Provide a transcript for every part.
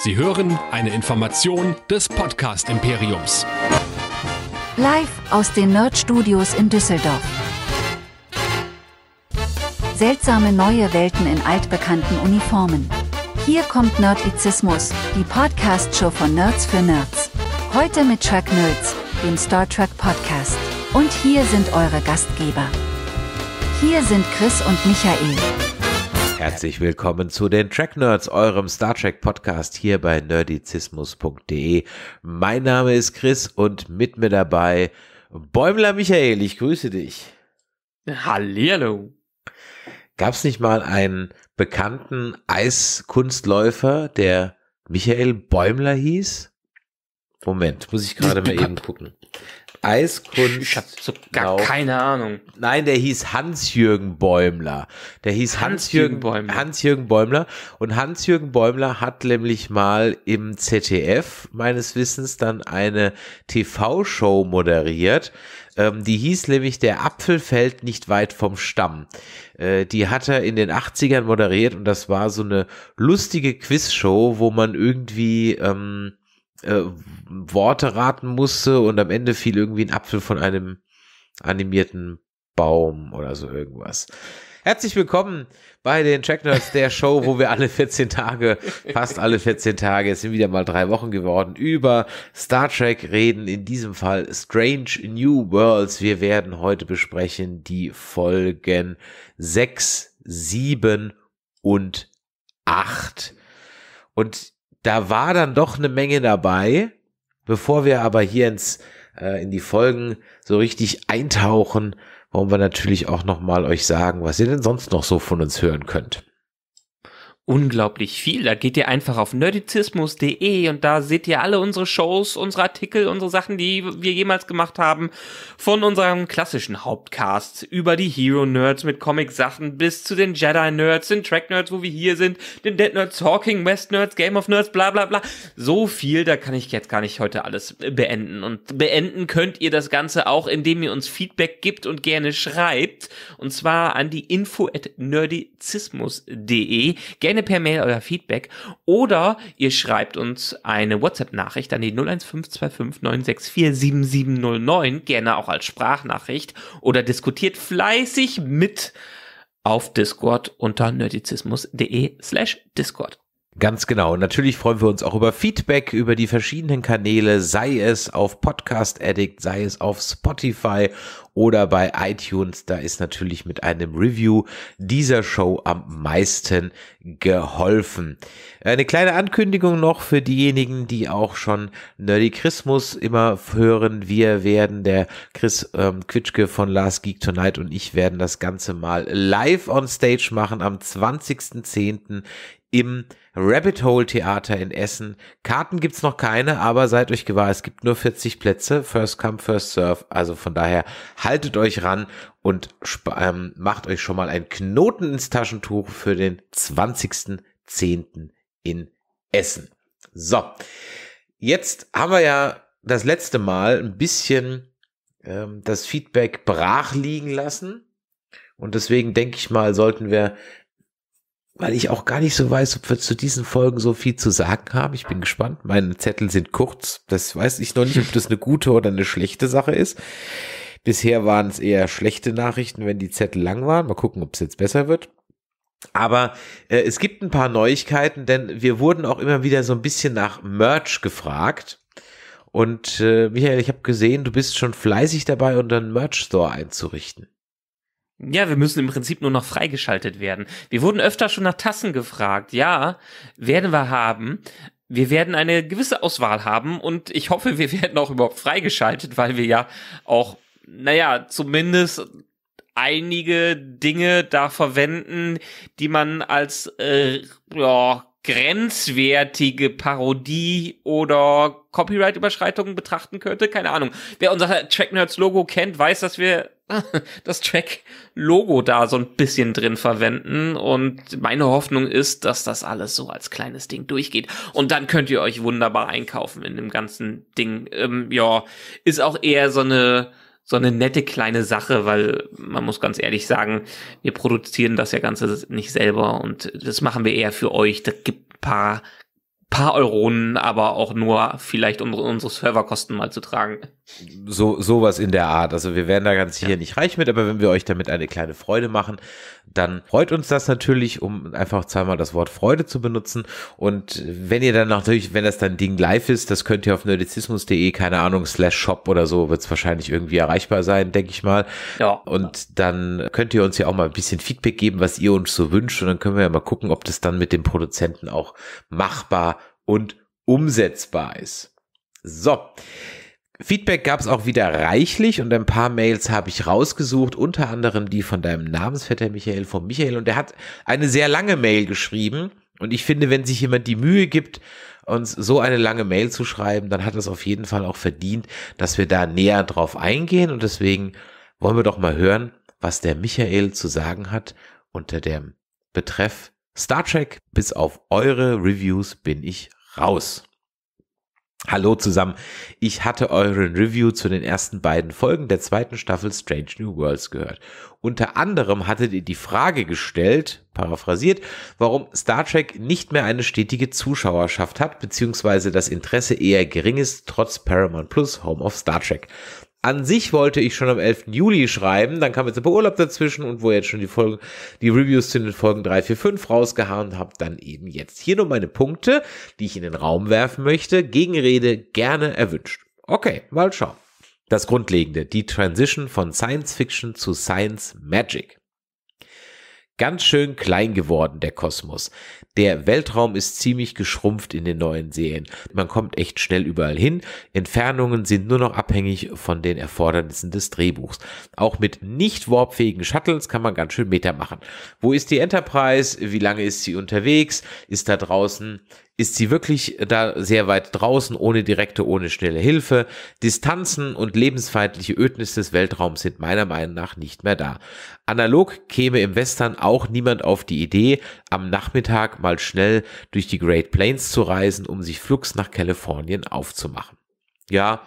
Sie hören eine Information des Podcast-Imperiums. Live aus den Nerd-Studios in Düsseldorf. Seltsame neue Welten in altbekannten Uniformen. Hier kommt Nerdizismus, die Podcast-Show von Nerds für Nerds. Heute mit Track Nerds, dem Star Trek Podcast. Und hier sind eure Gastgeber. Hier sind Chris und Michael. Herzlich willkommen zu den Track Nerds, eurem Star Trek Podcast hier bei nerdizismus.de. Mein Name ist Chris und mit mir dabei Bäumler Michael. Ich grüße dich. Hallihallo. Gab's nicht mal einen bekannten Eiskunstläufer, der Michael Bäumler hieß? Moment, muss ich gerade mal eben gucken. Eiskunst. Ich habe so gar keine Ahnung. Nein, der hieß Hans-Jürgen Bäumler. Der hieß Hans-Jürgen Bäumler. Und Hans-Jürgen Bäumler hat nämlich mal im ZDF meines Wissens dann eine TV-Show moderiert. Die hieß nämlich Der Apfel fällt nicht weit vom Stamm. Die hat er in den 80ern moderiert und das war so eine lustige Quizshow, wo man irgendwie Worte raten musste und am Ende fiel irgendwie ein Apfel von einem animierten Baum oder so irgendwas. Herzlich willkommen bei den Track Nerds, der Show, wo wir fast alle 14 Tage, es sind wieder mal 3 Wochen geworden, über Star Trek reden, in diesem Fall Strange New Worlds. Wir werden heute besprechen die Folgen 6, 7 und 8. Und da war dann doch eine Menge dabei. Bevor wir aber hier in die Folgen so richtig eintauchen, wollen wir natürlich auch nochmal euch sagen, was ihr denn sonst noch so von uns hören könnt. Unglaublich viel. Da geht ihr einfach auf nerdizismus.de und da seht ihr alle unsere Shows, unsere Artikel, unsere Sachen, die wir jemals gemacht haben. Von unserem klassischen Hauptcast über die Hero-Nerds mit Comic-Sachen bis zu den Jedi-Nerds, den Track-Nerds, wo wir hier sind, den Dead Nerds, Talking West-Nerds, Game of Nerds, bla bla bla. So viel, da kann ich jetzt gar nicht heute alles beenden. Und beenden könnt ihr das Ganze auch, indem ihr uns Feedback gibt und gerne schreibt. Und zwar an die info@nerdizismus.de. Gerne per Mail euer Feedback oder ihr schreibt uns eine WhatsApp-Nachricht an die 01525 964 7709, gerne auch als Sprachnachricht oder diskutiert fleißig mit auf Discord unter nerdizismus.de/Discord. Ganz genau. Und natürlich freuen wir uns auch über Feedback über die verschiedenen Kanäle, sei es auf Podcast Addict, sei es auf Spotify oder bei iTunes. Da ist natürlich mit einem Review dieser Show am meisten geholfen. Eine kleine Ankündigung noch für diejenigen, die auch schon Nerdicrismus immer hören. Wir werden, der Chris Quitschke von Last Geek Tonight und ich werden das Ganze mal live on stage machen am 20.10. im Rabbit Hole Theater in Essen. Karten gibt's noch keine, aber seid euch gewahr, es gibt nur 40 Plätze. First come, first serve. Also von daher haltet euch ran und macht euch schon mal einen Knoten ins Taschentuch für den 20.10. in Essen. So, jetzt haben wir ja das letzte Mal ein bisschen das Feedback brach liegen lassen. Und deswegen denke ich mal, sollten wir, weil ich auch gar nicht so weiß, ob wir zu diesen Folgen so viel zu sagen haben. Ich bin gespannt. Meine Zettel sind kurz. Das weiß ich noch nicht, ob das eine gute oder eine schlechte Sache ist. Bisher waren es eher schlechte Nachrichten, wenn die Zettel lang waren. Mal gucken, ob es jetzt besser wird. Aber es gibt ein paar Neuigkeiten, denn wir wurden auch immer wieder so ein bisschen nach Merch gefragt. Und Michael, ich habe gesehen, du bist schon fleißig dabei, einen Merch-Store einzurichten. Ja, wir müssen im Prinzip nur noch freigeschaltet werden. Wir wurden öfter schon nach Tassen gefragt. Ja, werden wir haben. Wir werden eine gewisse Auswahl haben und ich hoffe, wir werden auch überhaupt freigeschaltet, weil wir ja auch, zumindest einige Dinge da verwenden, die man als, grenzwertige Parodie oder Copyright-Überschreitungen betrachten könnte. Keine Ahnung. Wer unser Track Nerds Logo kennt, weiß, dass wir das Track-Logo da so ein bisschen drin verwenden und meine Hoffnung ist, dass das alles so als kleines Ding durchgeht und dann könnt ihr euch wunderbar einkaufen in dem ganzen Ding. Ist auch eher so eine nette kleine Sache, weil man muss ganz ehrlich sagen, wir produzieren das ja Ganze nicht selber und das machen wir eher für euch. Da gibt ein paar paar Euronen, aber auch nur vielleicht unsere Serverkosten mal zu tragen. Sowas in der Art. Also wir werden da ganz sicher nicht reich mit, aber wenn wir euch damit eine kleine Freude machen, dann freut uns das natürlich, um einfach zweimal das Wort Freude zu benutzen. Und wenn ihr dann natürlich, wenn das dann Ding live ist, das könnt ihr auf nerdizismus.de, keine Ahnung, /shop oder so, wird es wahrscheinlich irgendwie erreichbar sein, denke ich mal. Ja. Und dann könnt ihr uns ja auch mal ein bisschen Feedback geben, was ihr uns so wünscht. Und dann können wir ja mal gucken, ob das dann mit dem Produzenten auch machbar und umsetzbar ist. So. Feedback gab es auch wieder reichlich und ein paar Mails habe ich rausgesucht, unter anderem die von deinem Namensvetter Michael, von Michael, und der hat eine sehr lange Mail geschrieben und ich finde, wenn sich jemand die Mühe gibt, uns so eine lange Mail zu schreiben, dann hat es auf jeden Fall auch verdient, dass wir da näher drauf eingehen, und deswegen wollen wir doch mal hören, was der Michael zu sagen hat unter dem Betreff Star Trek, bis auf eure Reviews bin ich raus. Hallo zusammen, ich hatte euren Review zu den ersten beiden Folgen der zweiten Staffel Strange New Worlds gehört. Unter anderem hattet ihr die Frage gestellt, paraphrasiert, warum Star Trek nicht mehr eine stetige Zuschauerschaft hat, beziehungsweise das Interesse eher gering ist, trotz Paramount Plus, Home of Star Trek. An sich wollte ich schon am 11. Juli schreiben, dann kam jetzt ein paar Urlaub dazwischen und wo jetzt schon die Reviews zu den Folgen 3, 4, 5 rausgehauen habe, dann eben jetzt. Hier nur meine Punkte, die ich in den Raum werfen möchte. Gegenrede gerne erwünscht. Okay, mal schauen. Das Grundlegende, die Transition von Science Fiction zu Science Magic. Ganz schön klein geworden, der Kosmos. Der Weltraum ist ziemlich geschrumpft in den neuen Serien. Man kommt echt schnell überall hin. Entfernungen sind nur noch abhängig von den Erfordernissen des Drehbuchs. Auch mit nicht warpfähigen Shuttles kann man ganz schön Meter machen. Wo ist die Enterprise? Wie lange ist sie unterwegs? Ist da draußen? Ist sie wirklich da sehr weit draußen, ohne direkte, ohne schnelle Hilfe? Distanzen und lebensfeindliche Ödnis des Weltraums sind meiner Meinung nach nicht mehr da. Analog käme im Western auch niemand auf die Idee, am Nachmittag mal schnell durch die Great Plains zu reisen, um sich flugs nach Kalifornien aufzumachen. Ja,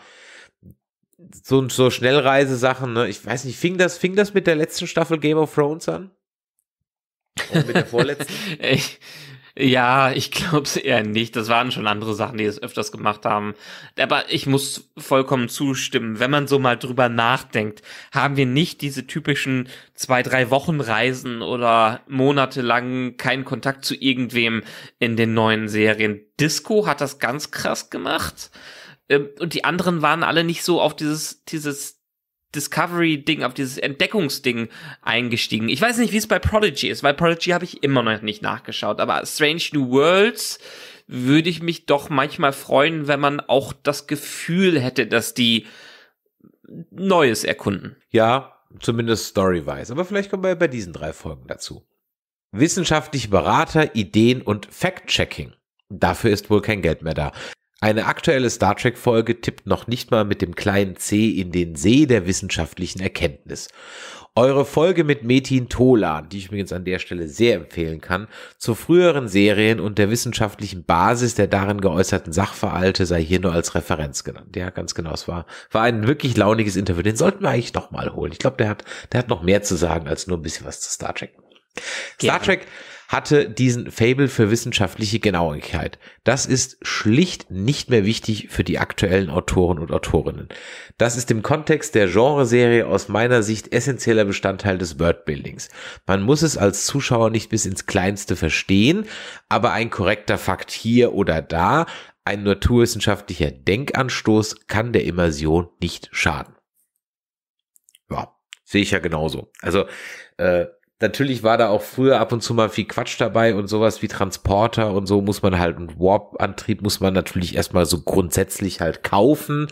so Schnellreisesachen, ne? Ich weiß nicht, fing das mit der letzten Staffel Game of Thrones an? Oder mit der vorletzten? Ja, ich glaube es eher nicht. Das waren schon andere Sachen, die es öfters gemacht haben. Aber ich muss vollkommen zustimmen. Wenn man so mal drüber nachdenkt, haben wir nicht diese typischen 2-3 Wochen Reisen oder monatelang keinen Kontakt zu irgendwem in den neuen Serien. Disco hat das ganz krass gemacht. Und die anderen waren alle nicht so auf dieses Discovery-Ding, auf dieses Entdeckungsding eingestiegen. Ich weiß nicht, wie es bei Prodigy ist, weil Prodigy habe ich immer noch nicht nachgeschaut, aber Strange New Worlds würde ich mich doch manchmal freuen, wenn man auch das Gefühl hätte, dass die Neues erkunden. Ja, zumindest story-wise, aber vielleicht kommen wir bei diesen 3 Folgen dazu. Wissenschaftliche Berater, Ideen und Fact-Checking. Dafür ist wohl kein Geld mehr da. Eine aktuelle Star Trek-Folge tippt noch nicht mal mit dem kleinen C in den See der wissenschaftlichen Erkenntnis. Eure Folge mit Metin Tolan, die ich übrigens an der Stelle sehr empfehlen kann, zu früheren Serien und der wissenschaftlichen Basis der darin geäußerten Sachverhalte sei hier nur als Referenz genannt. Ja, ganz genau. Es war ein wirklich launiges Interview. Den sollten wir eigentlich noch mal holen. Ich glaube, der hat noch mehr zu sagen als nur ein bisschen was zu Star Trek. Star Trek hatte diesen Faible für wissenschaftliche Genauigkeit. Das ist schlicht nicht mehr wichtig für die aktuellen Autoren und Autorinnen. Das ist im Kontext der Genreserie aus meiner Sicht essentieller Bestandteil des Worldbuildings. Man muss es als Zuschauer nicht bis ins Kleinste verstehen, aber ein korrekter Fakt hier oder da, ein naturwissenschaftlicher Denkanstoß kann der Immersion nicht schaden. Ja, sehe ich ja genauso. Also, natürlich war da auch früher ab und zu mal viel Quatsch dabei und sowas wie Transporter und so muss man halt, und Warp-Antrieb muss man natürlich erstmal so grundsätzlich halt kaufen.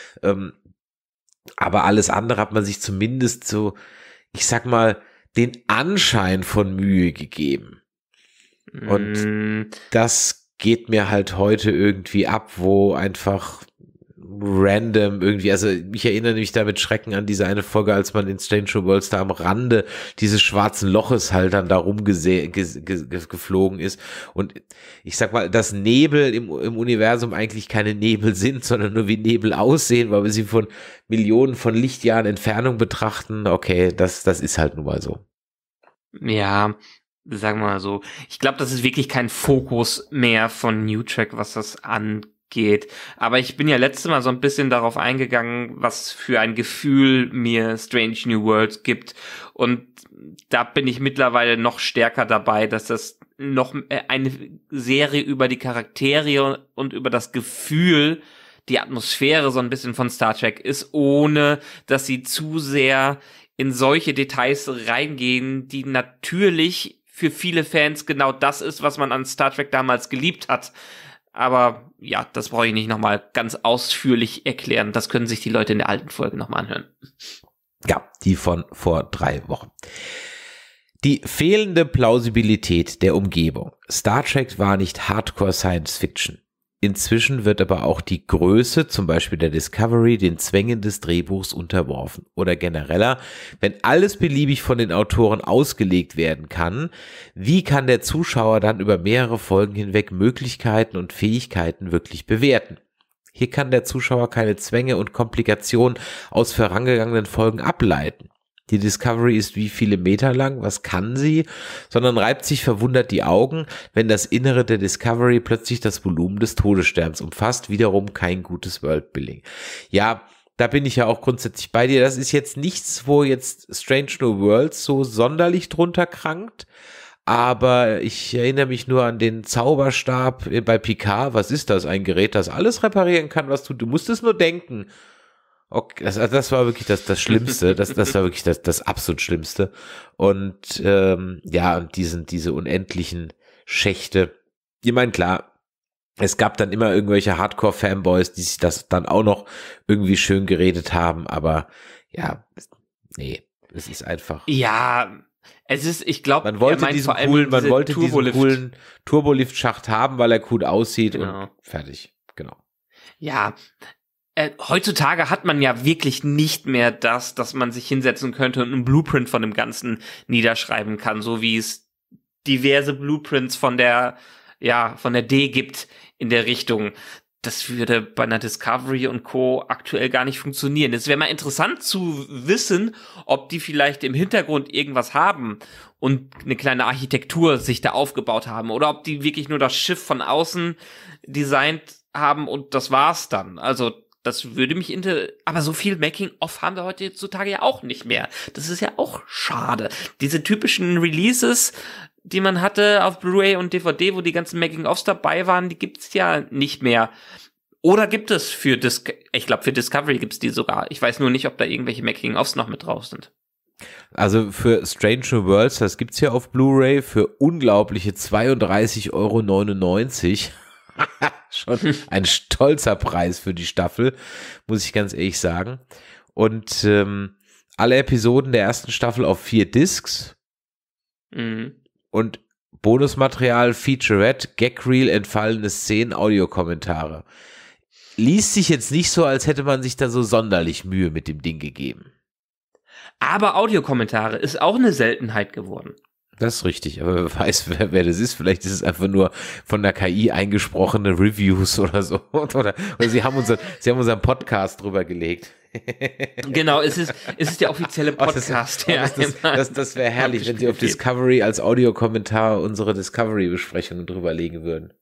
Aber alles andere hat man sich zumindest so, ich sag mal, den Anschein von Mühe gegeben. Und das geht mir halt heute irgendwie ab, wo einfach random irgendwie, also ich erinnere mich da mit Schrecken an diese eine Folge, als man in Strange New Worlds da am Rande dieses schwarzen Loches halt dann da rumgeflogen ist, und ich sag mal, dass Nebel im Universum eigentlich keine Nebel sind, sondern nur wie Nebel aussehen, weil wir sie von Millionen von Lichtjahren Entfernung betrachten. Okay, das ist halt nun mal so. Ja, sagen wir mal so, ich glaube, das ist wirklich kein Fokus mehr von New Track, was das angeht. Aber ich bin ja letztes Mal so ein bisschen darauf eingegangen, was für ein Gefühl mir Strange New Worlds gibt. Und da bin ich mittlerweile noch stärker dabei, dass das noch eine Serie über die Charaktere und über das Gefühl, die Atmosphäre so ein bisschen von Star Trek ist, ohne dass sie zu sehr in solche Details reingehen, die natürlich für viele Fans genau das ist, was man an Star Trek damals geliebt hat. Aber ja, das brauche ich nicht nochmal ganz ausführlich erklären. Das können sich die Leute in der alten Folge nochmal anhören. Ja, die von vor 3 Wochen. Die fehlende Plausibilität der Umgebung. Star Trek war nicht Hardcore Science Fiction. Inzwischen wird aber auch die Größe, zum Beispiel der Discovery, den Zwängen des Drehbuchs unterworfen. Oder genereller, wenn alles beliebig von den Autoren ausgelegt werden kann, wie kann der Zuschauer dann über mehrere Folgen hinweg Möglichkeiten und Fähigkeiten wirklich bewerten? Hier kann der Zuschauer keine Zwänge und Komplikationen aus vorangegangenen Folgen ableiten. Die Discovery ist wie viele Meter lang, was kann sie, sondern reibt sich verwundert die Augen, wenn das Innere der Discovery plötzlich das Volumen des Todessterns umfasst, wiederum kein gutes Worldbuilding. Ja, da bin ich ja auch grundsätzlich bei dir, das ist jetzt nichts, wo jetzt Strange New Worlds so sonderlich drunter krankt, aber ich erinnere mich nur an den Zauberstab bei Picard. Was ist das? Ein Gerät, das alles reparieren kann, was du musst es nur denken. Okay, das war wirklich das Schlimmste, das war wirklich das absolut Schlimmste. Und ja, und diese unendlichen Schächte. Ich meine, klar, es gab dann immer irgendwelche Hardcore-Fanboys, die sich das dann auch noch irgendwie schön geredet haben, aber ja, nee, es ist einfach. Ja, es ist, ich glaube, man wollte diesen coolen Turbolift-Schacht haben, weil er cool aussieht, genau. Und fertig, genau. Ja, heutzutage hat man ja wirklich nicht mehr das, dass man sich hinsetzen könnte und einen Blueprint von dem Ganzen niederschreiben kann, so wie es diverse Blueprints von der D gibt in der Richtung. Das würde bei einer Discovery und Co. aktuell gar nicht funktionieren. Es wäre mal interessant zu wissen, ob die vielleicht im Hintergrund irgendwas haben und eine kleine Architektur sich da aufgebaut haben oder ob die wirklich nur das Schiff von außen designt haben und das war's dann. Also das würde mich aber so viel Making-of haben wir heutzutage ja auch nicht mehr. Das ist ja auch schade. Diese typischen Releases, die man hatte auf Blu-ray und DVD, wo die ganzen Making-ofs dabei waren, die gibt's ja nicht mehr. Oder gibt es ich glaube für Discovery gibt's die sogar. Ich weiß nur nicht, ob da irgendwelche Making-ofs noch mit drauf sind. Also für Strange New Worlds, das gibt's ja auf Blu-ray für unglaubliche 32,99 €. Schon ein stolzer Preis für die Staffel, muss ich ganz ehrlich sagen. Und alle Episoden der ersten Staffel auf 4 Discs. Mhm. Und Bonusmaterial, Featurette, Gag-Reel, entfallene Szenen, Audiokommentare. Liest sich jetzt nicht so, als hätte man sich da so sonderlich Mühe mit dem Ding gegeben. Aber Audiokommentare ist auch eine Seltenheit geworden. Das ist richtig, aber wer weiß, wer das ist. Vielleicht ist es einfach nur von der KI eingesprochene Reviews oder so. Oder sie haben unseren Podcast drüber gelegt. Genau, es ist der offizielle Podcast. Das wäre herrlich, wenn sie auf Discovery als Audiokommentar unsere Discovery-Besprechungen drüber legen würden.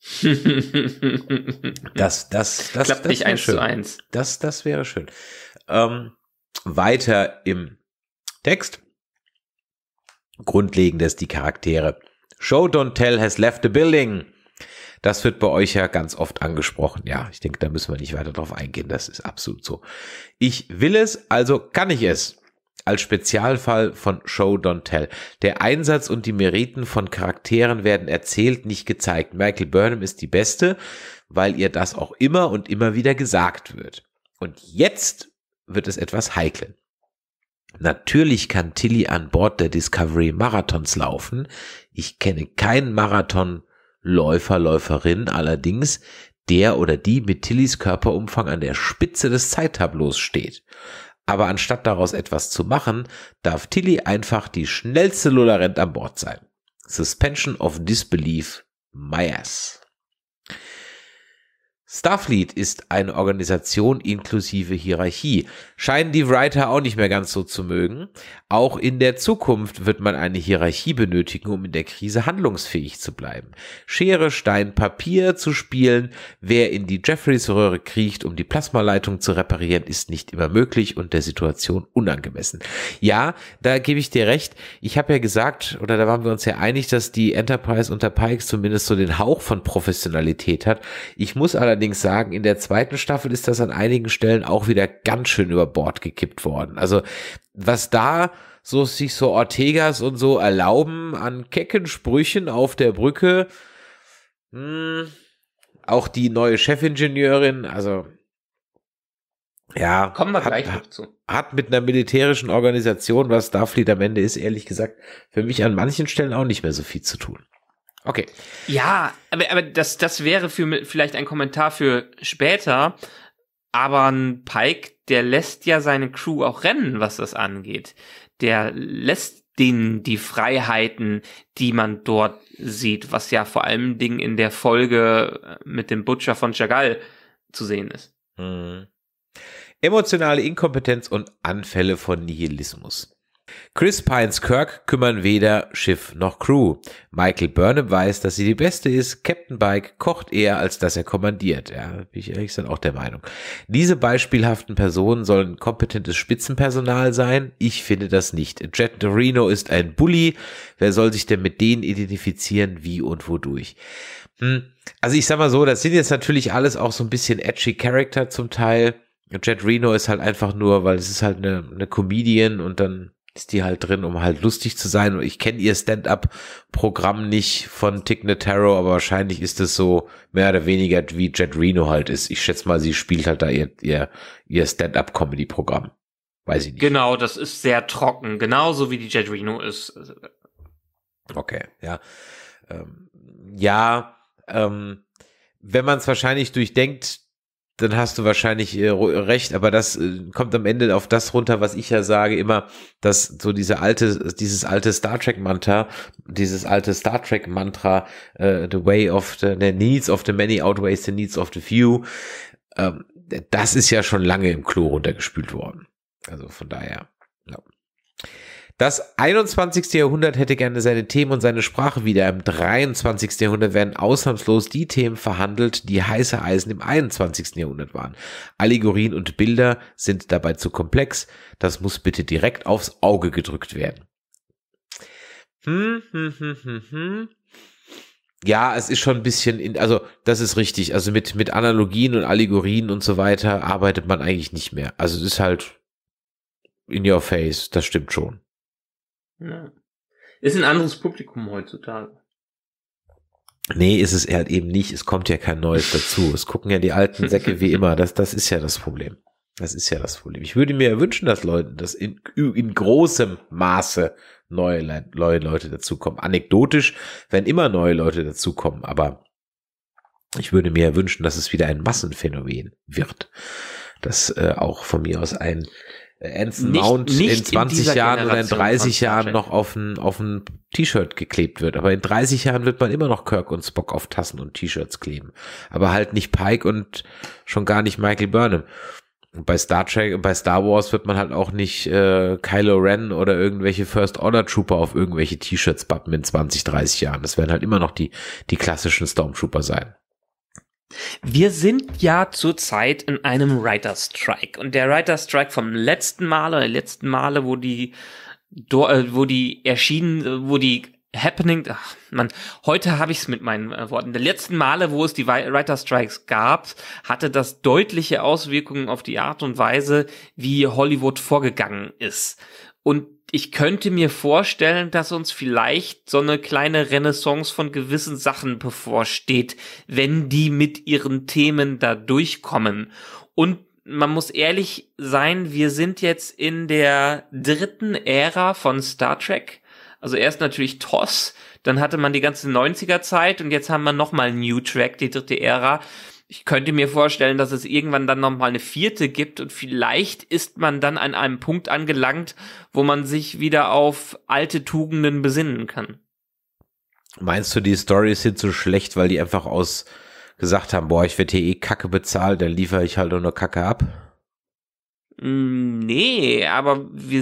Das klappt nicht 1:1. Das wäre schön. Weiter im Text. Grundlegendes die Charaktere. Show Don't Tell has left the building. Das wird bei euch ja ganz oft angesprochen. Ja, ich denke, da müssen wir nicht weiter drauf eingehen. Das ist absolut so. Ich will es, also kann ich es. Als Spezialfall von Show Don't Tell. Der Einsatz und die Meriten von Charakteren werden erzählt, nicht gezeigt. Michael Burnham ist die Beste, weil ihr das auch immer und immer wieder gesagt wird. Und jetzt wird es etwas heikel. Natürlich kann Tilly an Bord der Discovery Marathons laufen. Ich kenne keinen Marathonläufer, Läuferin, allerdings der oder die mit Tillys Körperumfang an der Spitze des Zeittableaus steht. Aber anstatt daraus etwas zu machen, darf Tilly einfach die schnellste Lollarent an Bord sein. Suspension of Disbelief, my ass. Starfleet ist eine Organisation inklusive Hierarchie. Scheinen die Writer auch nicht mehr ganz so zu mögen. Auch in der Zukunft wird man eine Hierarchie benötigen, um in der Krise handlungsfähig zu bleiben. Schere, Stein, Papier zu spielen, wer in die Jeffreys-Röhre kriecht, um die Plasmaleitung zu reparieren, ist nicht immer möglich und der Situation unangemessen. Ja, da gebe ich dir recht. Ich habe ja gesagt, oder da waren wir uns ja einig, dass die Enterprise unter Pike zumindest so den Hauch von Professionalität hat. Ich muss allerdings sagen, in der zweiten Staffel ist das an einigen Stellen auch wieder ganz schön über Bord gekippt worden. Also was da so sich so Ortegas und so erlauben an kecken Sprüchen auf der Brücke, auch die neue Chefingenieurin, also ja, kommen wir gleich noch zu. Hat mit einer militärischen Organisation, was Starfleet am Ende ist, ehrlich gesagt, für mich an manchen Stellen auch nicht mehr so viel zu tun. Okay. Ja, aber das wäre vielleicht ein Kommentar für später, aber ein Pike, der lässt ja seine Crew auch rennen, was das angeht. Der lässt denen die Freiheiten, die man dort sieht, was ja vor allen Dingen in der Folge mit dem Butcher von Chagall zu sehen ist. Emotionale Inkompetenz und Anfälle von Nihilismus. Chris Pines Kirk kümmern weder Schiff noch Crew. Michael Burnham weiß, dass sie die Beste ist. Captain Pike kocht eher, als dass er kommandiert. Ja, bin ich ehrlich gesagt auch der Meinung. Diese beispielhaften Personen sollen kompetentes Spitzenpersonal sein. Ich finde das nicht. Jet Reno ist ein Bully. Wer soll sich denn mit denen identifizieren, wie und wodurch? Also ich sag mal so, das sind jetzt natürlich alles auch so ein bisschen edgy Charakter zum Teil. Jet Reno ist halt einfach nur, weil es ist halt eine Comedian und dann ist die halt drin, um halt lustig zu sein. Und ich kenne ihr Stand-up-Programm nicht von Tig Notaro, aber wahrscheinlich ist es so mehr oder weniger wie Jet Reno halt ist. Ich schätze mal, sie spielt halt da ihr Stand-up-Comedy-Programm. Weiß ich nicht. Genau, das ist sehr trocken, genauso wie die Jet Reno ist. Okay, ja. Wenn man es wahrscheinlich durchdenkt, dann hast du wahrscheinlich recht, aber das kommt am Ende auf das runter, was ich ja sage immer, dass so dieses alte Star Trek Mantra, the way of the needs of the many outweighs the needs of the few, das ist ja schon lange im Klo runtergespült worden. Also von daher, ja. Das 21. Jahrhundert hätte gerne seine Themen und seine Sprache wieder. Im 23. Jahrhundert werden ausnahmslos die Themen verhandelt, die heiße Eisen im 21. Jahrhundert waren. Allegorien und Bilder sind dabei zu komplex. Das muss bitte direkt aufs Auge gedrückt werden. Ja, es ist schon ein bisschen, also das ist richtig. Also mit Analogien und Allegorien und so weiter arbeitet man eigentlich nicht mehr. Also es ist halt in your face, das stimmt schon. Ja. Ist ein anderes Publikum heutzutage. Nee, ist es halt eben nicht. Es kommt ja kein Neues dazu. Es gucken ja die alten Säcke wie immer. Das ist ja das Problem. Das ist ja das Problem. Ich würde mir wünschen, dass Leute, dass in großem Maße neue Leute dazukommen. Anekdotisch werden immer neue Leute dazukommen, aber ich würde mir wünschen, dass es wieder ein Massenphänomen wird. Dass auch von mir aus ein Anson Mount in 20 Jahren oder in 30 Jahren noch auf ein T-Shirt geklebt wird. Aber in 30 Jahren wird man immer noch Kirk und Spock auf Tassen und T-Shirts kleben. Aber halt nicht Pike und schon gar nicht Michael Burnham. Und bei Star Trek, bei Star Wars wird man halt auch nicht Kylo Ren oder irgendwelche First Order Trooper auf irgendwelche T-Shirts bappen in 20, 30 Jahren. Das werden halt immer noch die klassischen Stormtrooper sein. Wir sind ja zurzeit in einem Writer's Strike und der Writer's Strike vom letzten Male, wo die Happening, heute habe ich es mit meinen Worten. Der letzten Male, wo es die Writer's Strikes gab, hatte das deutliche Auswirkungen auf die Art und Weise, wie Hollywood vorgegangen ist. Und ich könnte mir vorstellen, dass uns vielleicht so eine kleine Renaissance von gewissen Sachen bevorsteht, wenn die mit ihren Themen da durchkommen. Und man muss ehrlich sein, wir sind jetzt in der 3. Ära von Star Trek. Also erst natürlich TOS, dann hatte man die ganze 90er-Zeit und jetzt haben wir nochmal New Trek, die 3. Ära. Ich könnte mir vorstellen, dass es irgendwann dann nochmal eine 4. gibt und vielleicht ist man dann an einem Punkt angelangt, wo man sich wieder auf alte Tugenden besinnen kann. Meinst du, die Storys sind so schlecht, weil die einfach aus gesagt haben, boah, ich werde hier eh Kacke bezahlt, dann liefere ich halt auch nur Kacke ab? Nee, aber wir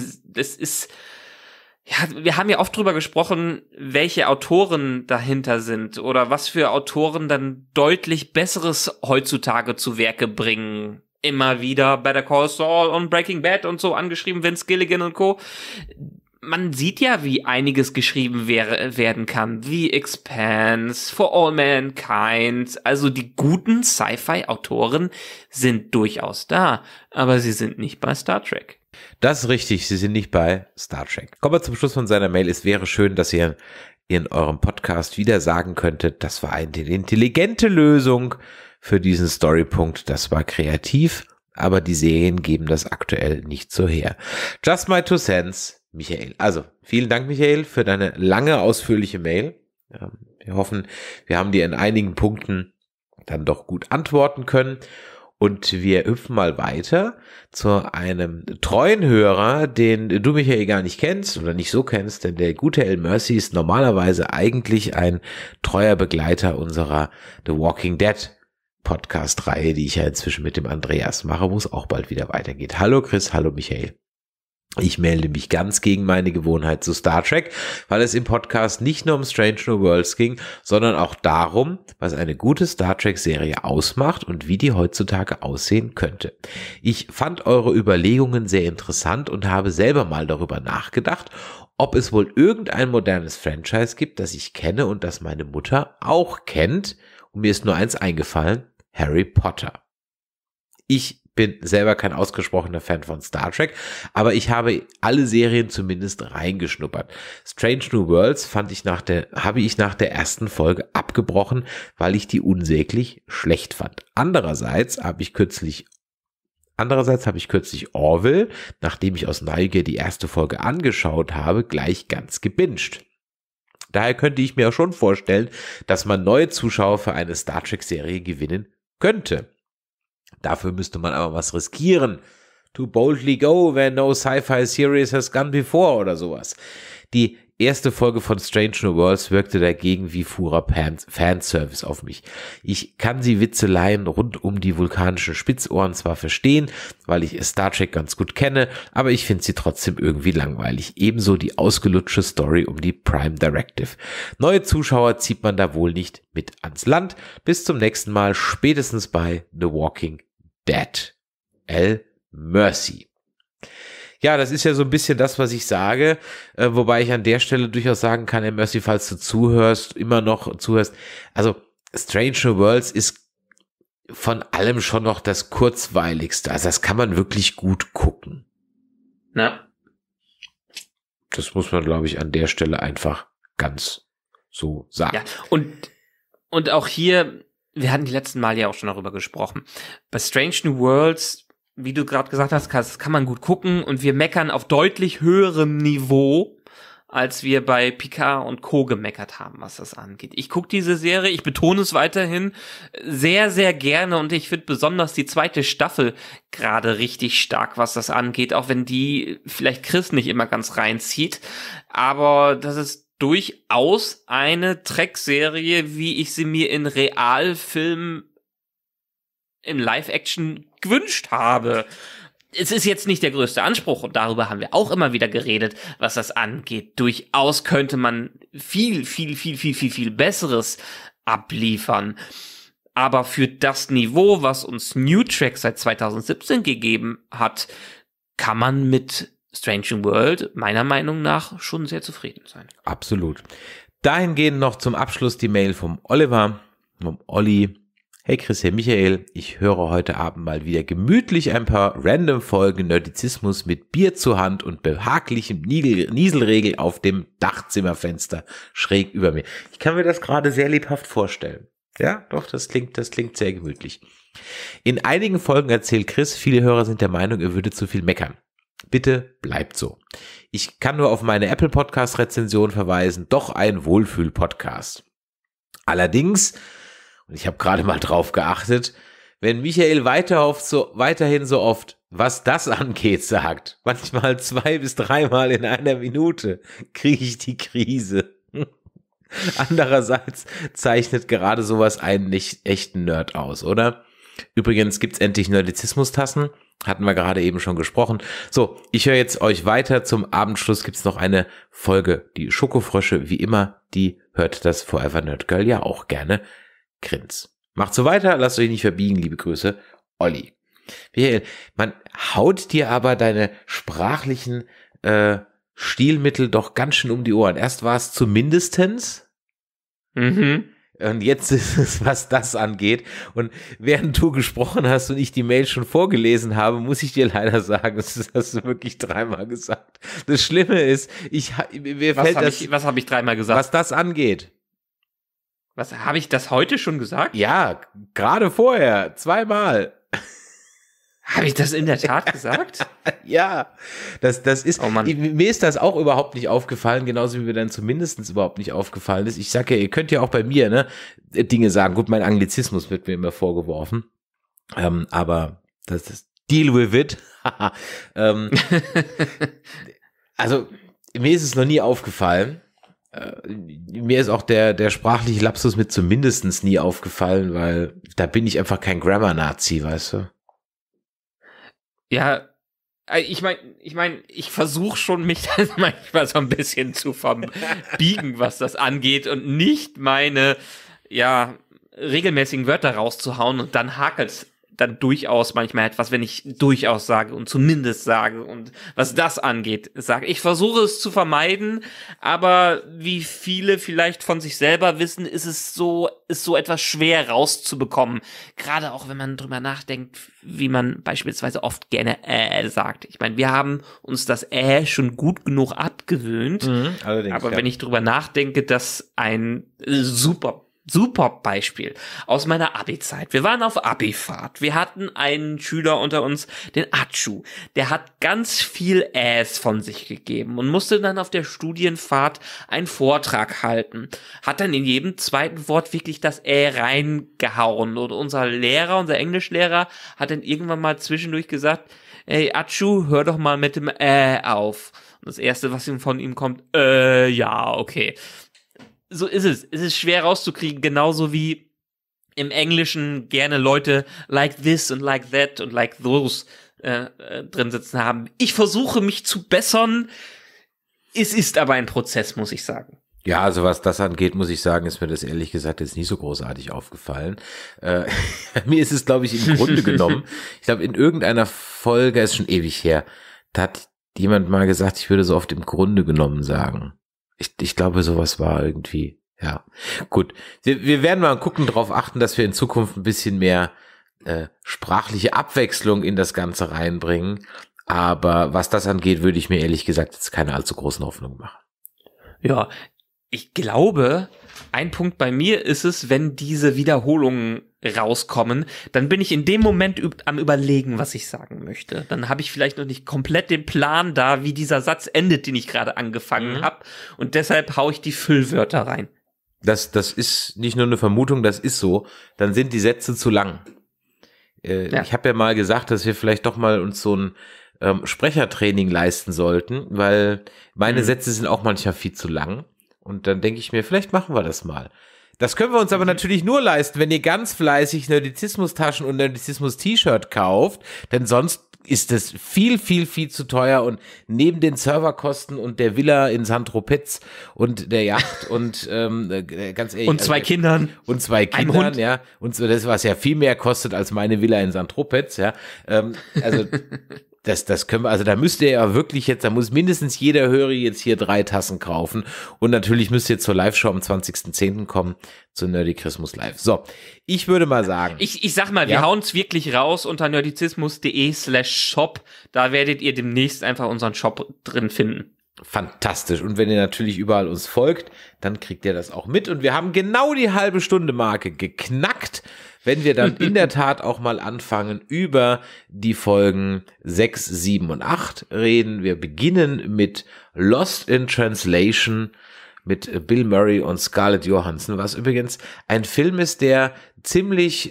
haben ja oft drüber gesprochen, welche Autoren dahinter sind oder was für Autoren dann deutlich Besseres heutzutage zu Werke bringen. Immer wieder Better Call Saul und Breaking Bad und so angeschrieben, Vince Gilligan und Co. Man sieht ja, wie einiges geschrieben werden kann, wie Expanse, For All Mankind. Also die guten Sci-Fi-Autoren sind durchaus da, aber sie sind nicht bei Star Trek. Das ist richtig, sie sind nicht bei Star Trek. Kommen wir zum Schluss von seiner Mail. Es wäre schön, dass ihr in eurem Podcast wieder sagen könntet, das war eine intelligente Lösung für diesen Storypunkt. Das war kreativ, aber die Serien geben das aktuell nicht so her. Just my 2 cents, Michael. Also, vielen Dank, Michael, für deine lange, ausführliche Mail. Wir hoffen, wir haben dir in einigen Punkten dann doch gut antworten können. Und wir hüpfen mal weiter zu einem treuen Hörer, den du, Michael, gar nicht kennst oder nicht so kennst, denn der gute El Mercy ist normalerweise eigentlich ein treuer Begleiter unserer The Walking Dead Podcast-Reihe, die ich ja inzwischen mit dem Andreas mache, wo es auch bald wieder weitergeht. Hallo Chris, hallo Michael. Ich melde mich ganz gegen meine Gewohnheit zu Star Trek, weil es im Podcast nicht nur um Strange New Worlds ging, sondern auch darum, was eine gute Star Trek-Serie ausmacht und wie die heutzutage aussehen könnte. Ich fand eure Überlegungen sehr interessant und habe selber mal darüber nachgedacht, ob es wohl irgendein modernes Franchise gibt, das ich kenne und das meine Mutter auch kennt. Und mir ist nur eins eingefallen: Harry Potter. Ich bin selber kein ausgesprochener Fan von Star Trek, aber ich habe alle Serien zumindest reingeschnuppert. Strange New Worlds habe ich nach der ersten Folge abgebrochen, weil ich die unsäglich schlecht fand. Andererseits habe ich kürzlich Orville, nachdem ich aus Neugier die erste Folge angeschaut habe, gleich ganz gebinged. Daher könnte ich mir auch schon vorstellen, dass man neue Zuschauer für eine Star Trek-Serie gewinnen könnte. Dafür müsste man aber was riskieren. To boldly go where no sci-fi series has gone before oder sowas. Die erste Folge von Strange New Worlds wirkte dagegen wie purer Fanservice auf mich. Ich kann die Witzeleien rund um die vulkanischen Spitzohren zwar verstehen, weil ich Star Trek ganz gut kenne, aber ich finde sie trotzdem irgendwie langweilig. Ebenso die ausgelutschte Story um die Prime Directive. Neue Zuschauer zieht man da wohl nicht mit ans Land. Bis zum nächsten Mal, spätestens bei The Walking Dead. El Mercy. Ja, das ist ja so ein bisschen das, was ich sage, wobei ich an der Stelle durchaus sagen kann, El Mercy, falls du immer noch zuhörst, also Strange New Worlds ist von allem schon noch das kurzweiligste, also das kann man wirklich gut gucken. Na? Das muss man, glaube ich, an der Stelle einfach ganz so sagen. Ja, und auch hier, wir hatten die letzten Mal ja auch schon darüber gesprochen, bei Strange New Worlds, wie du gerade gesagt hast, das kann man gut gucken und wir meckern auf deutlich höherem Niveau, als wir bei Picard und Co. gemeckert haben, was das angeht. Ich gucke diese Serie, ich betone es weiterhin, sehr, sehr gerne und ich finde besonders die 2. Staffel gerade richtig stark, was das angeht, auch wenn die vielleicht Chris nicht immer ganz reinzieht, aber das ist durchaus eine Trek-Serie, wie ich sie mir in Realfilmen in Live-Action gewünscht habe. Es ist jetzt nicht der größte Anspruch und darüber haben wir auch immer wieder geredet, was das angeht. Durchaus könnte man viel Besseres abliefern. Aber für das Niveau, was uns New Trek seit 2017 gegeben hat, kann man mit Strange New World meiner Meinung nach schon sehr zufrieden sein. Absolut. Dahingehend noch zum Abschluss die Mail vom Oliver, vom Olli. Hey Chris, hey Michael, ich höre heute Abend mal wieder gemütlich ein paar random Folgen Nerdizismus mit Bier zur Hand und behaglichem Nieselregel auf dem Dachzimmerfenster schräg über mir. Ich kann mir das gerade sehr lebhaft vorstellen. Ja, doch, das klingt sehr gemütlich. In einigen Folgen erzählt Chris, viele Hörer sind der Meinung, er würde zu viel meckern. Bitte bleibt so. Ich kann nur auf meine Apple Podcast Rezension verweisen, doch ein Wohlfühl-Podcast. Allerdings, und ich habe gerade mal drauf geachtet, wenn Michael weiterhin so oft, was das angeht, sagt, manchmal 2 bis 3 Mal in einer Minute, kriege ich die Krise. Andererseits zeichnet gerade sowas einen nicht echten Nerd aus, oder? Übrigens gibt's endlich Nerdizismus-Tassen. Hatten wir gerade eben schon gesprochen. So, ich höre jetzt euch weiter. Zum Abendschluss gibt's noch eine Folge. Die Schokofrösche, wie immer, die hört das Forever Nerd Girl ja auch gerne. Grins. Macht so weiter, lasst euch nicht verbiegen. Liebe Grüße, Olli. Michael, man haut dir aber deine sprachlichen Stilmittel doch ganz schön um die Ohren. Erst war es zumindestens. Und jetzt ist es, was das angeht. Und während du gesprochen hast und ich die Mail schon vorgelesen habe, muss ich dir leider sagen, das hast du wirklich 3-mal gesagt. Das Schlimme ist, was habe ich 3-mal gesagt? Was das angeht. Was, habe ich das heute schon gesagt? Ja, gerade vorher, 2-mal. Habe ich das in der Tat gesagt? Ja, das ist, oh Mann. Mir ist das auch überhaupt nicht aufgefallen, genauso wie mir dann zumindest überhaupt nicht aufgefallen ist. Ich sag ja, ihr könnt ja auch bei mir, ne, Dinge sagen. Gut, mein Anglizismus wird mir immer vorgeworfen. Aber das ist deal with it. Also, mir ist es noch nie aufgefallen. Mir ist auch der sprachliche Lapsus mit zumindestens nie aufgefallen, weil da bin ich einfach kein Grammar-Nazi, weißt du? Ja, ich meine, ich versuche schon, mich dann manchmal so ein bisschen zu verbiegen, was das angeht und nicht meine, regelmäßigen Wörter rauszuhauen und dann hakelt's dann durchaus manchmal etwas, wenn ich durchaus sage und zumindest sage und was das angeht, sage. Ich versuche es zu vermeiden, aber wie viele vielleicht von sich selber wissen, ist so etwas schwer rauszubekommen. Gerade auch, wenn man drüber nachdenkt, wie man beispielsweise oft gerne sagt. Ich meine, wir haben uns das schon gut genug abgewöhnt, allerdings, aber wenn ich drüber nachdenke, dass ein super Beispiel aus meiner Abi-Zeit. Wir waren auf Abi-Fahrt. Wir hatten einen Schüler unter uns, den Atschu. Der hat ganz viel von sich gegeben und musste dann auf der Studienfahrt einen Vortrag halten. Hat dann in jedem zweiten Wort wirklich das reingehauen. Und unser Englischlehrer, hat dann irgendwann mal zwischendurch gesagt, ey Atschu, hör doch mal mit dem auf. Und das Erste, was von ihm kommt, ja, okay. So ist es. Es ist schwer rauszukriegen, genauso wie im Englischen gerne Leute like this und like that und like those drin sitzen haben. Ich versuche mich zu bessern. Es ist aber ein Prozess, muss ich sagen. Ja, also was das angeht, muss ich sagen, ist mir das ehrlich gesagt jetzt nicht so großartig aufgefallen. Mir ist es, glaube ich, im Grunde genommen, ich glaube, in irgendeiner Folge, ist schon ewig her, da hat jemand mal gesagt, ich würde so oft im Grunde genommen sagen. Ich glaube, sowas war irgendwie, ja. Gut, wir werden mal gucken, darauf achten, dass wir in Zukunft ein bisschen mehr sprachliche Abwechslung in das Ganze reinbringen. Aber was das angeht, würde ich mir ehrlich gesagt jetzt keine allzu großen Hoffnungen machen. Ja, ich glaube, ein Punkt bei mir ist es, wenn diese Wiederholungen rauskommen, dann bin ich in dem Moment am Überlegen, was ich sagen möchte. Dann habe ich vielleicht noch nicht komplett den Plan da, wie dieser Satz endet, den ich gerade angefangen habe. Und deshalb haue ich die Füllwörter rein. Das ist nicht nur eine Vermutung, das ist so. Dann sind die Sätze zu lang. Ja. Ich habe ja mal gesagt, dass wir vielleicht doch mal uns so ein Sprechertraining leisten sollten, weil meine Sätze sind auch manchmal viel zu lang. Und dann denke ich mir, vielleicht machen wir das mal. Das können wir uns aber natürlich nur leisten, wenn ihr ganz fleißig Nerdizismus-Taschen und Nerdizismus-T-Shirt kauft, denn sonst ist es viel, viel, viel zu teuer und neben den Serverkosten und der Villa in Saint-Tropez und der Yacht und ganz ehrlich. Und zwei Kindern. Und 2 Kindern, ja. Und so, das, was ja viel mehr kostet als meine Villa in Saint-Tropez, ja. Also das können wir, also da müsst ihr ja wirklich jetzt, da muss mindestens jeder Hörer jetzt hier 3 Tassen kaufen und natürlich müsst ihr zur Live-Show am 20.10. kommen, zu Nerdizismus Live. So, ich würde mal sagen. Ich sag mal, wir hauen es wirklich raus unter nerdizismus.de/shop, da werdet ihr demnächst einfach unseren Shop drin finden. Fantastisch. Und wenn ihr natürlich überall uns folgt, dann kriegt ihr das auch mit und wir haben genau die halbe Stunde Marke geknackt, wenn wir dann in der Tat auch mal anfangen, über die Folgen 6, 7 und 8 reden. Wir beginnen mit Lost in Translation mit Bill Murray und Scarlett Johansson, was übrigens ein Film ist, der ziemlich,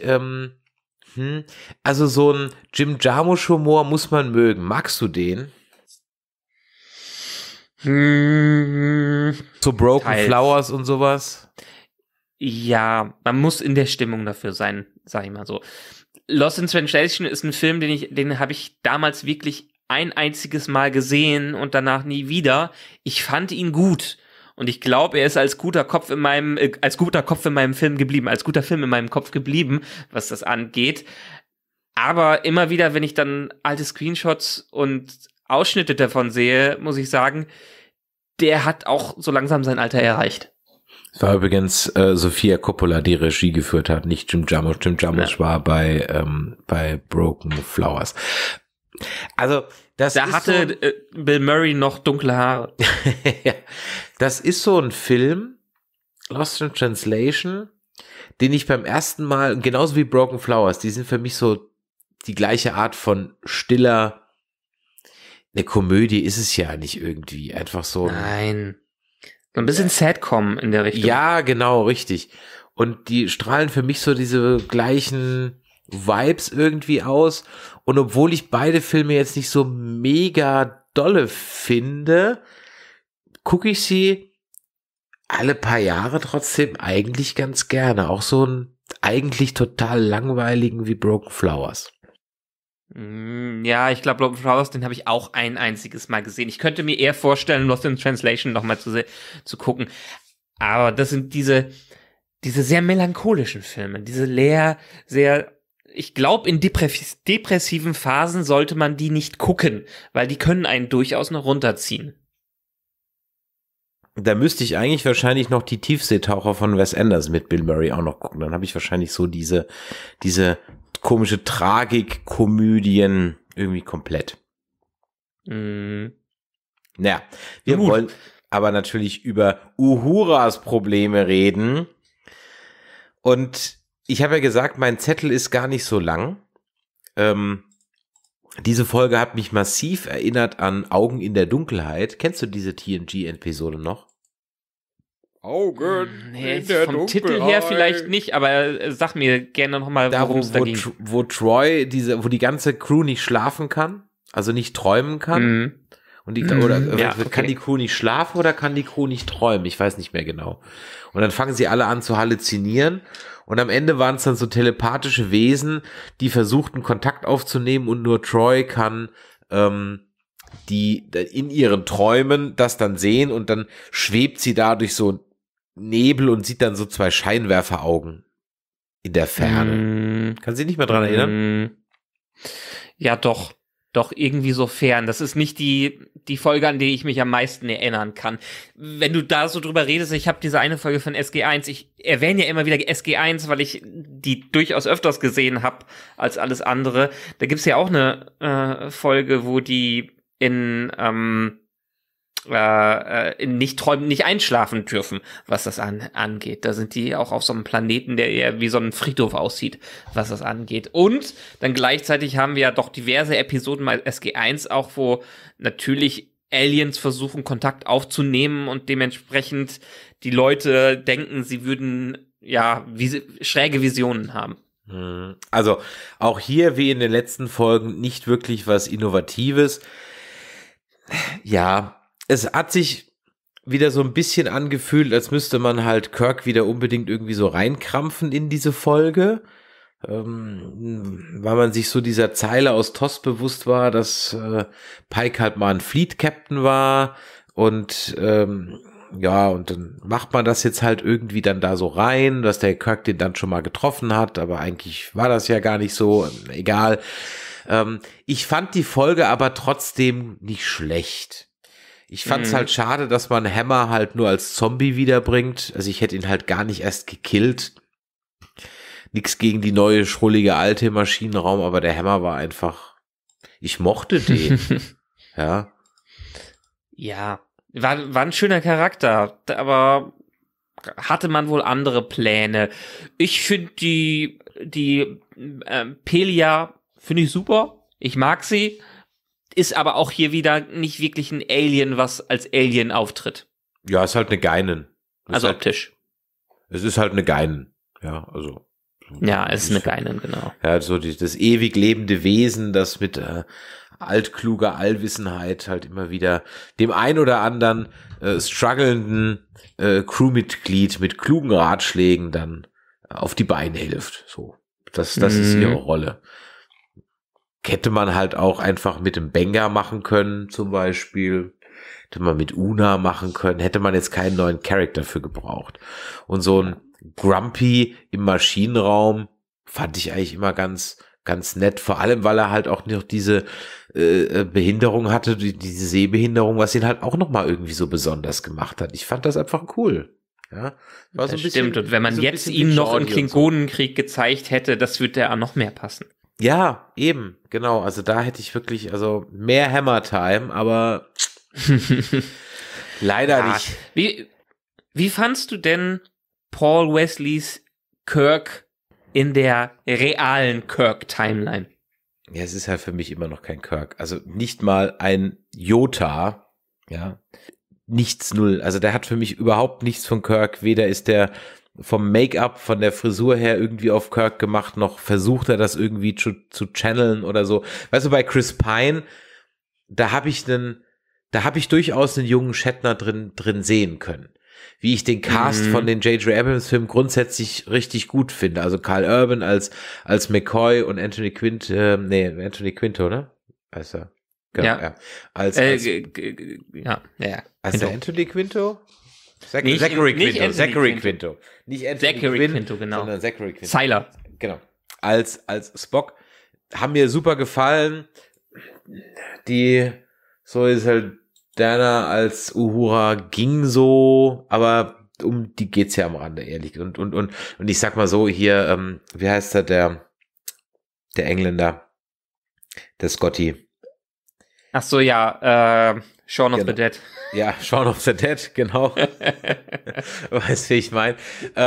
also so ein Jim Jarmusch-Humor muss man mögen. Magst du den? So Broken Teils. Flowers und sowas? Ja, man muss in der Stimmung dafür sein, sag ich mal so. Lost in Translation ist ein Film, den habe ich damals wirklich ein einziges Mal gesehen und danach nie wieder. Ich fand ihn gut. Und ich glaube, er ist als guter Kopf in meinem Film geblieben, als guter Film in meinem Kopf geblieben, was das angeht. Aber immer wieder, wenn ich dann alte Screenshots und Ausschnitte davon sehe, muss ich sagen, der hat auch so langsam sein Alter erreicht. Es war übrigens Sofia Coppola, die Regie geführt hat, nicht Jim Jarmusch. Jim Jarmusch war bei Broken Flowers. Also da hatte Bill Murray noch dunkle Haare. Das ist so ein Film, Lost in Translation, den ich beim ersten Mal, genauso wie Broken Flowers, die sind für mich so die gleiche Art von stiller, eine Komödie ist es ja nicht irgendwie, einfach so. Nein. So ein bisschen Sadcom in der Richtung. Ja, genau, richtig. Und die strahlen für mich so diese gleichen Vibes irgendwie aus. Und obwohl ich beide Filme jetzt nicht so mega dolle finde, gucke ich sie alle paar Jahre trotzdem eigentlich ganz gerne. Auch so einen eigentlich total langweiligen wie Broken Flowers. Ja, ich glaube, Broken Flowers, den habe ich auch ein einziges Mal gesehen. Ich könnte mir eher vorstellen, Lost in Translation nochmal zu gucken. Aber das sind diese sehr melancholischen Filme, ich glaube, in depressiven Phasen sollte man die nicht gucken, weil die können einen durchaus noch runterziehen. Da müsste ich eigentlich wahrscheinlich noch die Tiefseetaucher von Wes Anderson mit Bill Murray auch noch gucken. Dann habe ich wahrscheinlich so diese komische Tragik-Komödien irgendwie komplett. Naja, wir wollen aber natürlich über Uhuras Probleme reden. Und ich habe ja gesagt, mein Zettel ist gar nicht so lang. Diese Folge hat mich massiv erinnert an Augen in der Dunkelheit. Kennst du diese TNG-Episode noch? Augen in der vom Dunkelheit. Titel her vielleicht nicht, aber sag mir gerne nochmal, worum es da ging. Wo Troy, wo die ganze Crew nicht schlafen kann, also nicht träumen kann. Und kann die Crew nicht schlafen oder kann die Crew nicht träumen? Ich weiß nicht mehr genau. Und dann fangen sie alle an zu halluzinieren. Und am Ende waren es dann so telepathische Wesen, die versuchten Kontakt aufzunehmen und nur Troy kann die in ihren Träumen das dann sehen und dann schwebt sie da durch so Nebel und sieht dann so zwei Scheinwerferaugen in der Ferne. Kann sie nicht mehr dran erinnern? Ja, doch, irgendwie so fern. Das ist nicht die Folge, an die ich mich am meisten erinnern kann. Wenn du da so drüber redest, ich habe diese eine Folge von SG1, ich erwähne ja immer wieder SG1, weil ich die durchaus öfters gesehen habe als alles andere. Da gibt's ja auch eine Folge, wo die in nicht träumen, nicht einschlafen dürfen, was das angeht. Da sind die auch auf so einem Planeten, der eher wie so ein Friedhof aussieht, was das angeht. Und dann gleichzeitig haben wir ja doch diverse Episoden bei SG1 auch, wo natürlich Aliens versuchen, Kontakt aufzunehmen und dementsprechend die Leute denken, sie würden schräge Visionen haben. Also auch hier, wie in den letzten Folgen, nicht wirklich was Innovatives. Ja, es hat sich wieder so ein bisschen angefühlt, als müsste man halt Kirk wieder unbedingt irgendwie so reinkrampfen in diese Folge, weil man sich so dieser Zeile aus TOS bewusst war, dass Pike halt mal ein Fleet-Captain war und und dann macht man das jetzt halt irgendwie dann da so rein, dass der Kirk den dann schon mal getroffen hat, aber eigentlich war das ja gar nicht so, egal. Ich fand die Folge aber trotzdem nicht schlecht. Ich fand es halt schade, dass man Hammer halt nur als Zombie wiederbringt. Also ich hätte ihn halt gar nicht erst gekillt. Nix gegen die neue, schrullige Alte im Maschinenraum, aber der Hammer war einfach, ich mochte den. Ja. Ja, war ein schöner Charakter, aber hatte man wohl andere Pläne. Ich finde die Pelia finde ich super. Ich mag sie. Ist aber auch hier wieder nicht wirklich ein Alien, was als Alien auftritt. Ja, ist halt eine Geinen. Also optisch. Es ist halt eine Geinen. Ja, also. Ja, es ist eine Geinen, genau. Ja, so das ewig lebende Wesen, das mit altkluger Allwissenheit halt immer wieder dem ein oder anderen strugglenden Crewmitglied mit klugen Ratschlägen dann auf die Beine hilft. So, das ist ihre Rolle. Hätte man halt auch einfach mit dem Benga machen können, zum Beispiel. Hätte man mit Una machen können. Hätte man jetzt keinen neuen Charakter für gebraucht. Und so ein Grumpy im Maschinenraum fand ich eigentlich immer ganz nett. Vor allem, weil er halt auch noch diese Behinderung hatte, diese Sehbehinderung, was ihn halt auch nochmal irgendwie so besonders gemacht hat. Ich fand das einfach cool. Ja, war so ein bisschen, stimmt. Und wenn man so jetzt ihm noch im Klingonenkrieg gezeigt hätte, das würde ja noch mehr passen. Ja, eben, genau. Also da hätte ich wirklich, also mehr Hammer-Time, aber leider nicht. Wie fandst du denn Paul Wesleys Kirk in der realen Kirk-Timeline? Ja, es ist halt für mich immer noch kein Kirk. Also nicht mal ein Jota, ja. Nichts, null. Also der hat für mich überhaupt nichts von Kirk. Weder ist der vom Make-up, von der Frisur her irgendwie auf Kirk gemacht, noch versucht er das irgendwie zu channeln oder so. Weißt du, bei Chris Pine, da habe ich durchaus einen jungen Shatner drin sehen können. Wie ich den Cast von den J.J. Abrams Filmen grundsätzlich richtig gut finde. Also Carl Urban als McCoy und Anthony Quinto, ne? Also, genau, ja. Also Anthony Quinto? Zachary Quinto. Nicht Anthony Quinto, genau. Sondern Zachary Quinto. Sylar. Genau. Als Spock. Haben mir super gefallen. So ist halt Dana als Uhura ging so, aber um die geht's ja am Rande, ehrlich. Und ich sag mal so, hier, wie heißt der Engländer? Der Scotty. Ach so, ja, Shaun of the Dead. Ja, Shaun of the Dead, genau. Weißt du, wie ich meine?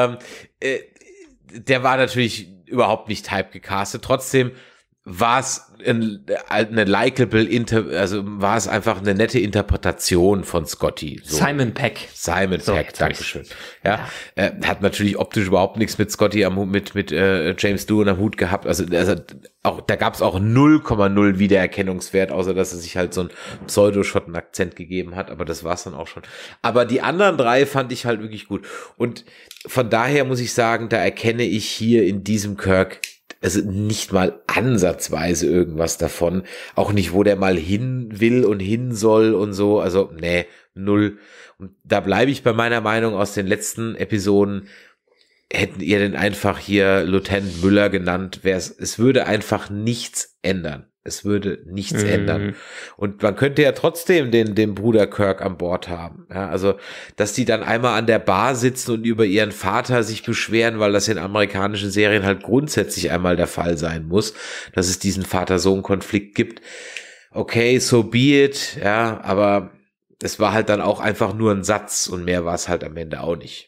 Der war natürlich überhaupt nicht hype gecastet. Trotzdem war es eine likable, war es einfach eine nette Interpretation von Scotty. So. Simon Pegg, Dankeschön. Ja, hat natürlich optisch überhaupt nichts mit Scotty mit James Doohan am Hut gehabt. Also auch da gab es auch 0,0 Wiedererkennungswert, außer dass er sich halt so einen Pseudo-Schotten-Akzent gegeben hat. Aber das war's dann auch schon. Aber die anderen drei fand ich halt wirklich gut. Und von daher muss ich sagen, da erkenne ich hier in diesem Kirk also nicht mal ansatzweise irgendwas davon. Auch nicht, wo der mal hin will und hin soll und so. Also, nee, null. Und da bleibe ich bei meiner Meinung aus den letzten Episoden. Hätten ihr denn einfach hier Lieutenant Müller genannt, es würde einfach nichts ändern. Es würde nichts ändern. Und man könnte ja trotzdem den Bruder Kirk an Bord haben. Ja, also, dass die dann einmal an der Bar sitzen und über ihren Vater sich beschweren, weil das in amerikanischen Serien halt grundsätzlich einmal der Fall sein muss, dass es diesen Vater-Sohn-Konflikt gibt. Okay, so be it. Ja, aber es war halt dann auch einfach nur ein Satz und mehr war es halt am Ende auch nicht.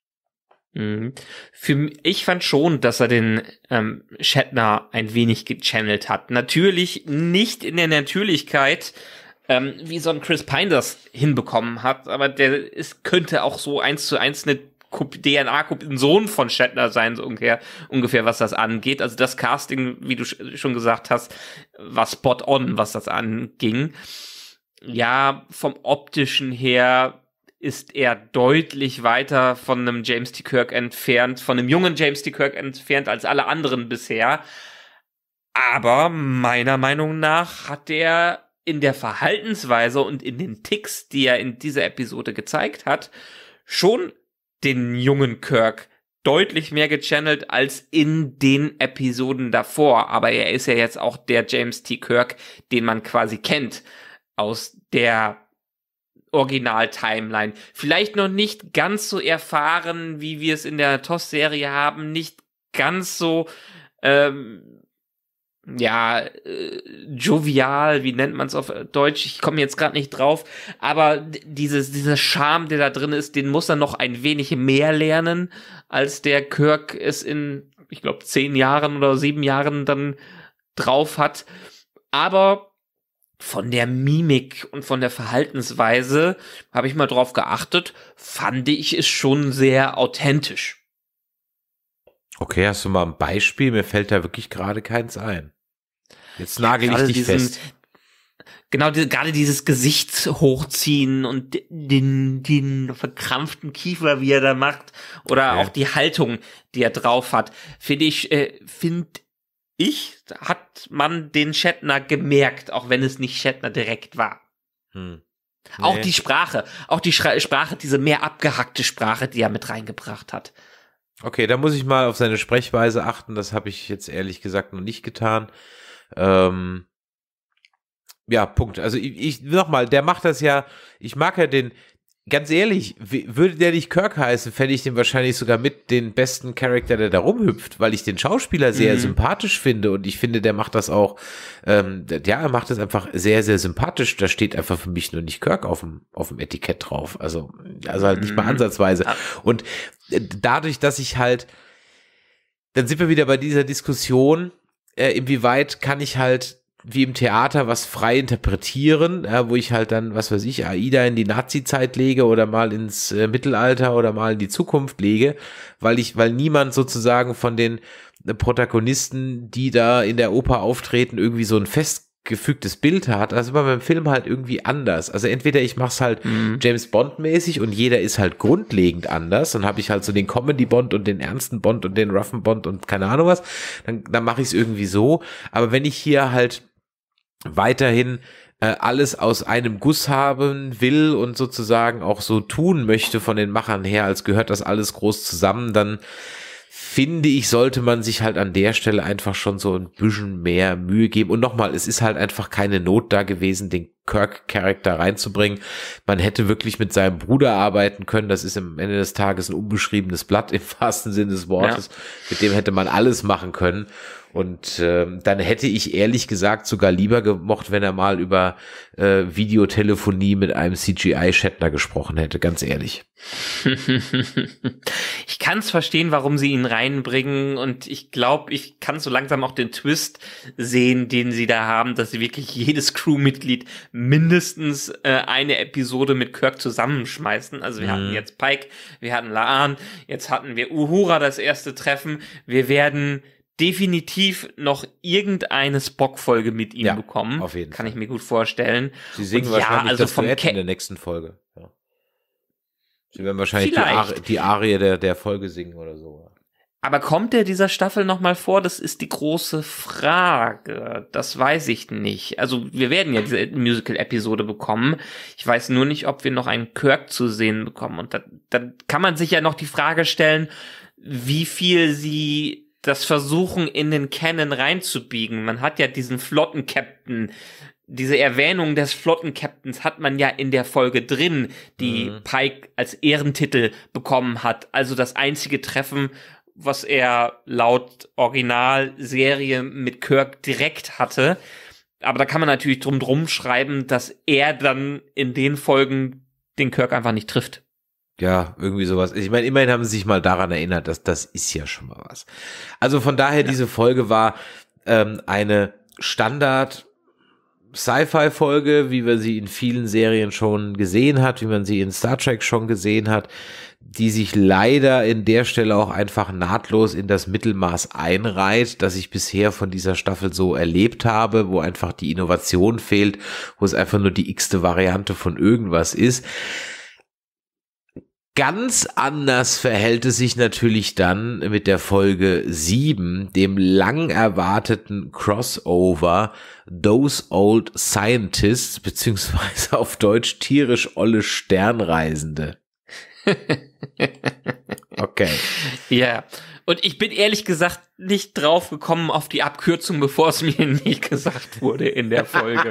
Ich fand schon, dass er den Shatner ein wenig gechannelt hat. Natürlich nicht in der Natürlichkeit, wie so ein Chris Pine das hinbekommen hat, aber könnte auch so 1:1 eine DNA-Kopie, ein Sohn von Shatner sein, so ungefähr, was das angeht. Also das Casting, wie du schon gesagt hast, war spot on, was das anging. Ja, vom Optischen her ist er deutlich weiter von einem James T. Kirk entfernt, von einem jungen James T. Kirk entfernt als alle anderen bisher. Aber meiner Meinung nach hat er in der Verhaltensweise und in den Ticks, die er in dieser Episode gezeigt hat, schon den jungen Kirk deutlich mehr gechannelt als in den Episoden davor. Aber er ist ja jetzt auch der James T. Kirk, den man quasi kennt aus der Original-Timeline. Vielleicht noch nicht ganz so erfahren, wie wir es in der TOS-Serie haben, nicht ganz so jovial, wie nennt man es auf Deutsch? Ich komme jetzt gerade nicht drauf, aber dieser Charme, der da drin ist, den muss er noch ein wenig mehr lernen, als der Kirk es in, ich glaube, 10 Jahren oder 7 Jahren dann drauf hat. Aber von der Mimik und von der Verhaltensweise habe ich mal drauf geachtet, fand ich es schon sehr authentisch. Okay, hast du mal ein Beispiel? Mir fällt da wirklich gerade keins ein. Jetzt nagel ich dich fest. Genau, gerade dieses Gesicht hochziehen und den verkrampften Kiefer, wie er da macht, oder auch die Haltung, die er drauf hat, finde ich, hat man den Shatner gemerkt, auch wenn es nicht Shatner direkt war. Nee. Auch die Sprache, diese mehr abgehackte Sprache, die er mit reingebracht hat. Okay, da muss ich mal auf seine Sprechweise achten, das habe ich jetzt ehrlich gesagt noch nicht getan. Ja, Punkt. Also ich nochmal, der macht das ja, ich mag ja den, ganz ehrlich, würde der nicht Kirk heißen, fände ich den wahrscheinlich sogar mit den besten Charakter, der da rumhüpft, weil ich den Schauspieler sehr sympathisch finde und ich finde, der macht das auch, er macht das einfach sehr, sehr sympathisch. Da steht einfach für mich nur nicht Kirk auf dem Etikett drauf. Also halt nicht mal ansatzweise. Und dadurch, dass ich halt, dann sind wir wieder bei dieser Diskussion, inwieweit kann ich halt wie im Theater was frei interpretieren, wo ich halt dann, was weiß ich, Aida in die Nazi-Zeit lege oder mal ins Mittelalter oder mal in die Zukunft lege, weil niemand sozusagen von den Protagonisten, die da in der Oper auftreten, irgendwie so ein festgefügtes Bild hat. Also war beim Film halt irgendwie anders. Also entweder ich mach's halt James Bond-mäßig und jeder ist halt grundlegend anders, dann habe ich halt so den Comedy-Bond und den ernsten Bond und den roughen Bond und keine Ahnung was, dann mache ich es irgendwie so. Aber wenn ich hier halt weiterhin alles aus einem Guss haben will und sozusagen auch so tun möchte von den Machern her, als gehört das alles groß zusammen, dann finde ich, sollte man sich halt an der Stelle einfach schon so ein bisschen mehr Mühe geben. Und nochmal, es ist halt einfach keine Not da gewesen, den Kirk-Charakter reinzubringen. Man hätte wirklich mit seinem Bruder arbeiten können. Das ist am Ende des Tages ein unbeschriebenes Blatt im wahrsten Sinne des Wortes. Ja. Mit dem hätte man alles machen können. Und dann hätte ich ehrlich gesagt sogar lieber gemocht, wenn er mal über Videotelefonie mit einem CGI-Shatner gesprochen hätte, ganz ehrlich. Ich kann es verstehen, warum sie ihn reinbringen und ich glaube, ich kann so langsam auch den Twist sehen, den sie da haben, dass sie wirklich jedes Crewmitglied mindestens eine Episode mit Kirk zusammenschmeißen. Also wir hatten jetzt Pike, wir hatten La'an, jetzt hatten wir Uhura das erste Treffen. Wir werden definitiv noch irgendeine Spock-Folge mit ihm bekommen. Auf jeden Fall. Kann ich mir gut vorstellen. Sie singen wahrscheinlich das Duett in der nächsten Folge. Ja. Sie werden wahrscheinlich die Arie der Folge singen oder so. Aber kommt der dieser Staffel nochmal vor? Das ist die große Frage. Das weiß ich nicht. Also wir werden ja diese Musical-Episode bekommen. Ich weiß nur nicht, ob wir noch einen Kirk zu sehen bekommen. Und dann kann man sich ja noch die Frage stellen, wie viel sie das versuchen, in den Canon reinzubiegen. Man hat ja diesen Flottenkapitän, diese Erwähnung des Flottenkapitans hat man ja in der Folge drin, die Pike als Ehrentitel bekommen hat. Also das einzige Treffen, was er laut Originalserie mit Kirk direkt hatte. Aber da kann man natürlich drum schreiben, dass er dann in den Folgen den Kirk einfach nicht trifft. Ja, irgendwie sowas. Ich meine, immerhin haben sie sich mal daran erinnert, dass das ist ja schon mal was. Also von daher, diese Folge war eine Standard Sci-Fi-Folge, wie wir sie in vielen Serien schon gesehen hat, wie man sie in Star Trek schon gesehen hat, die sich leider in der Stelle auch einfach nahtlos in das Mittelmaß einreiht, das ich bisher von dieser Staffel so erlebt habe, wo einfach die Innovation fehlt, wo es einfach nur die x-te Variante von irgendwas ist. Ganz anders verhält es sich natürlich dann mit der Folge 7, dem lang erwarteten Crossover Those Old Scientists, beziehungsweise auf Deutsch tierisch olle Sternreisende. Okay. Ja, und ich bin ehrlich gesagt nicht drauf gekommen auf die Abkürzung, bevor es mir nicht gesagt wurde in der Folge.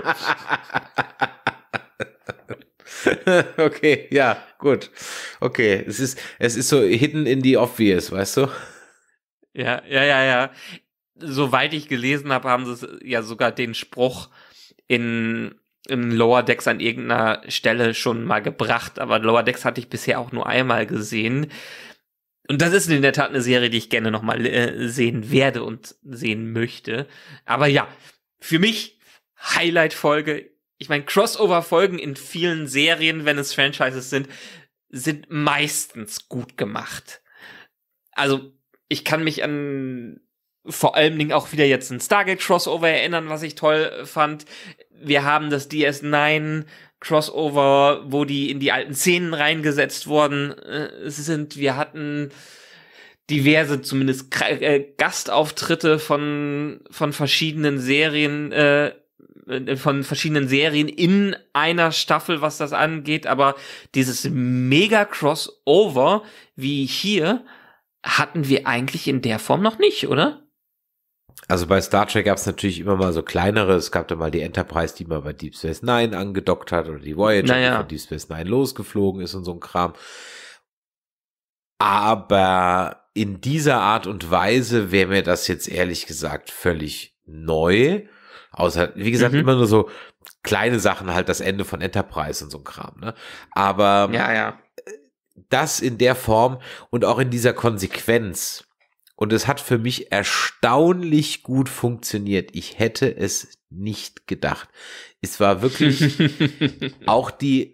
Okay, ja, gut. Okay, es ist so hidden in the obvious, weißt du? Ja. Soweit ich gelesen habe, haben sie ja sogar den Spruch in Lower Decks an irgendeiner Stelle schon mal gebracht, aber Lower Decks hatte ich bisher auch nur einmal gesehen. Und das ist in der Tat eine Serie, die ich gerne nochmal sehen werde und sehen möchte. Aber ja, für mich Highlight-Folge. Ich meine, Crossover-Folgen in vielen Serien, wenn es Franchises sind meistens gut gemacht. Also, ich kann mich an vor allen Dingen auch wieder jetzt ein Stargate-Crossover erinnern, was ich toll fand. wir haben das DS9 Crossover, wo die in die alten Szenen reingesetzt worden sind. Wir hatten diverse, zumindest Gastauftritte von verschiedenen Serien, in einer Staffel, was das angeht. Aber dieses Mega-Crossover wie hier hatten wir eigentlich in der Form noch nicht, oder? Also bei Star Trek gab es natürlich immer mal so kleinere. Es gab da mal die Enterprise, die mal bei Deep Space Nine angedockt hat, oder die Voyager, die von Deep Space Nine losgeflogen ist und so ein Kram. Aber in dieser Art und Weise wäre mir das jetzt ehrlich gesagt völlig neu. Außer, wie gesagt, immer nur so kleine Sachen, halt das Ende von Enterprise und so ein Kram, ne? Aber das in der Form und auch in dieser Konsequenz. Und es hat für mich erstaunlich gut funktioniert. Ich hätte es nicht gedacht. Es war wirklich auch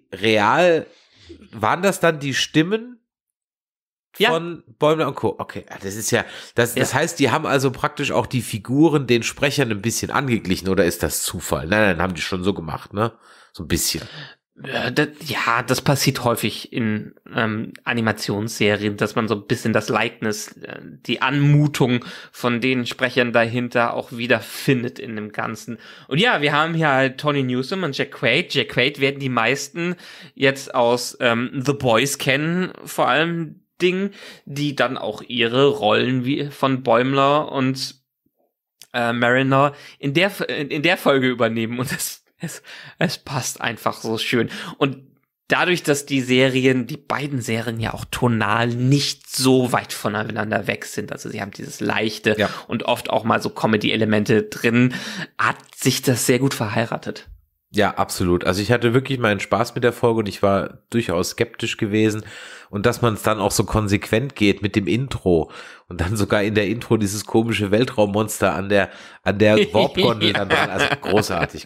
waren das dann die Stimmen von Bäumler und Co.? Okay, das ist das heißt, die haben also praktisch auch die Figuren den Sprechern ein bisschen angeglichen, oder ist das Zufall? Nein, haben die schon so gemacht, ne? So ein bisschen. Das passiert häufig in Animationsserien, dass man so ein bisschen das Likeness, die Anmutung von den Sprechern dahinter auch wiederfindet in dem Ganzen. Und ja, wir haben hier halt Tony Newsom und Jack Quaid. Jack Quaid werden die meisten jetzt aus The Boys kennen, vor allem die dann auch ihre Rollen wie von Bäumler und Mariner in der Folge übernehmen. Und es passt einfach so schön. Und dadurch, dass die beiden Serien ja auch tonal nicht so weit voneinander weg sind, also sie haben dieses leichte und oft auch mal so Comedy-Elemente drin, hat sich das sehr gut verheiratet. Ja, absolut. Also ich hatte wirklich meinen Spaß mit der Folge und ich war durchaus skeptisch gewesen. Und dass man es dann auch so konsequent geht mit dem Intro und dann sogar in der Intro dieses komische Weltraummonster an der Warp-Gondel dann dran. Also großartig.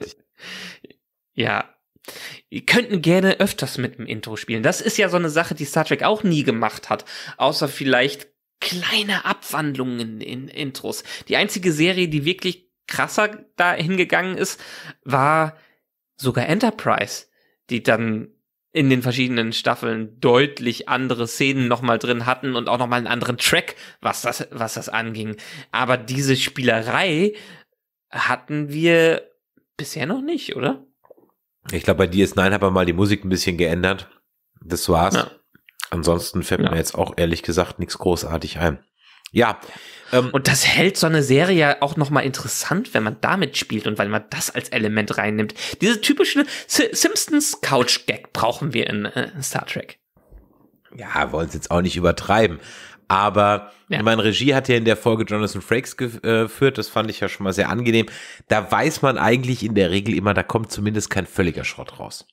Ja. Wir könnten gerne öfters mit dem Intro spielen. Das ist ja so eine Sache, die Star Trek auch nie gemacht hat. Außer vielleicht kleine Abwandlungen in Intros. Die einzige Serie, die wirklich krasser da hingegangen ist, war sogar Enterprise, die dann in den verschiedenen Staffeln deutlich andere Szenen nochmal drin hatten und auch nochmal einen anderen Track, was das anging. Aber diese Spielerei hatten wir bisher noch nicht, oder? Ich glaube, bei DS9 hat man mal die Musik ein bisschen geändert. Das war's. Ja. Ansonsten fällt mir jetzt auch ehrlich gesagt nichts großartig ein. Ja. Und das hält so eine Serie ja auch nochmal interessant, wenn man damit spielt und weil man das als Element reinnimmt. Diese typische Simpsons-Couch-Gag brauchen wir in Star Trek. Ja, wollen es jetzt auch nicht übertreiben. Aber meine Regie hat ja in der Folge Jonathan Frakes geführt. Das fand ich ja schon mal sehr angenehm. Da weiß man eigentlich in der Regel immer, da kommt zumindest kein völliger Schrott raus.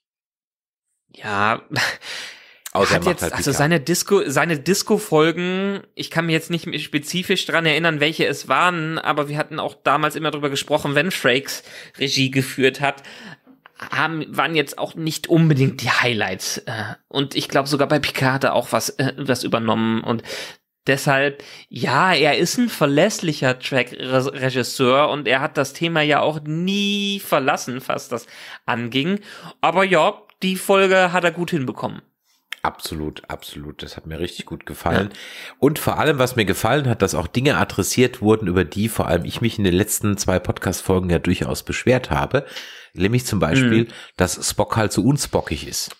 Ja, außer seine Disco-Folgen, ich kann mir jetzt nicht spezifisch dran erinnern, welche es waren, aber wir hatten auch damals immer drüber gesprochen, wenn Frakes Regie geführt hat, waren jetzt auch nicht unbedingt die Highlights. Und ich glaube sogar bei Picard hat er auch was übernommen und deshalb, ja, er ist ein verlässlicher Track-Regisseur und er hat das Thema ja auch nie verlassen, was das anging. Aber ja, die Folge hat er gut hinbekommen. Absolut. Das hat mir richtig gut gefallen. Ja. Und vor allem, was mir gefallen hat, dass auch Dinge adressiert wurden, über die vor allem ich mich in den letzten 2 Podcast-Folgen ja durchaus beschwert habe. Nämlich zum Beispiel, dass Spock halt so unspockig ist.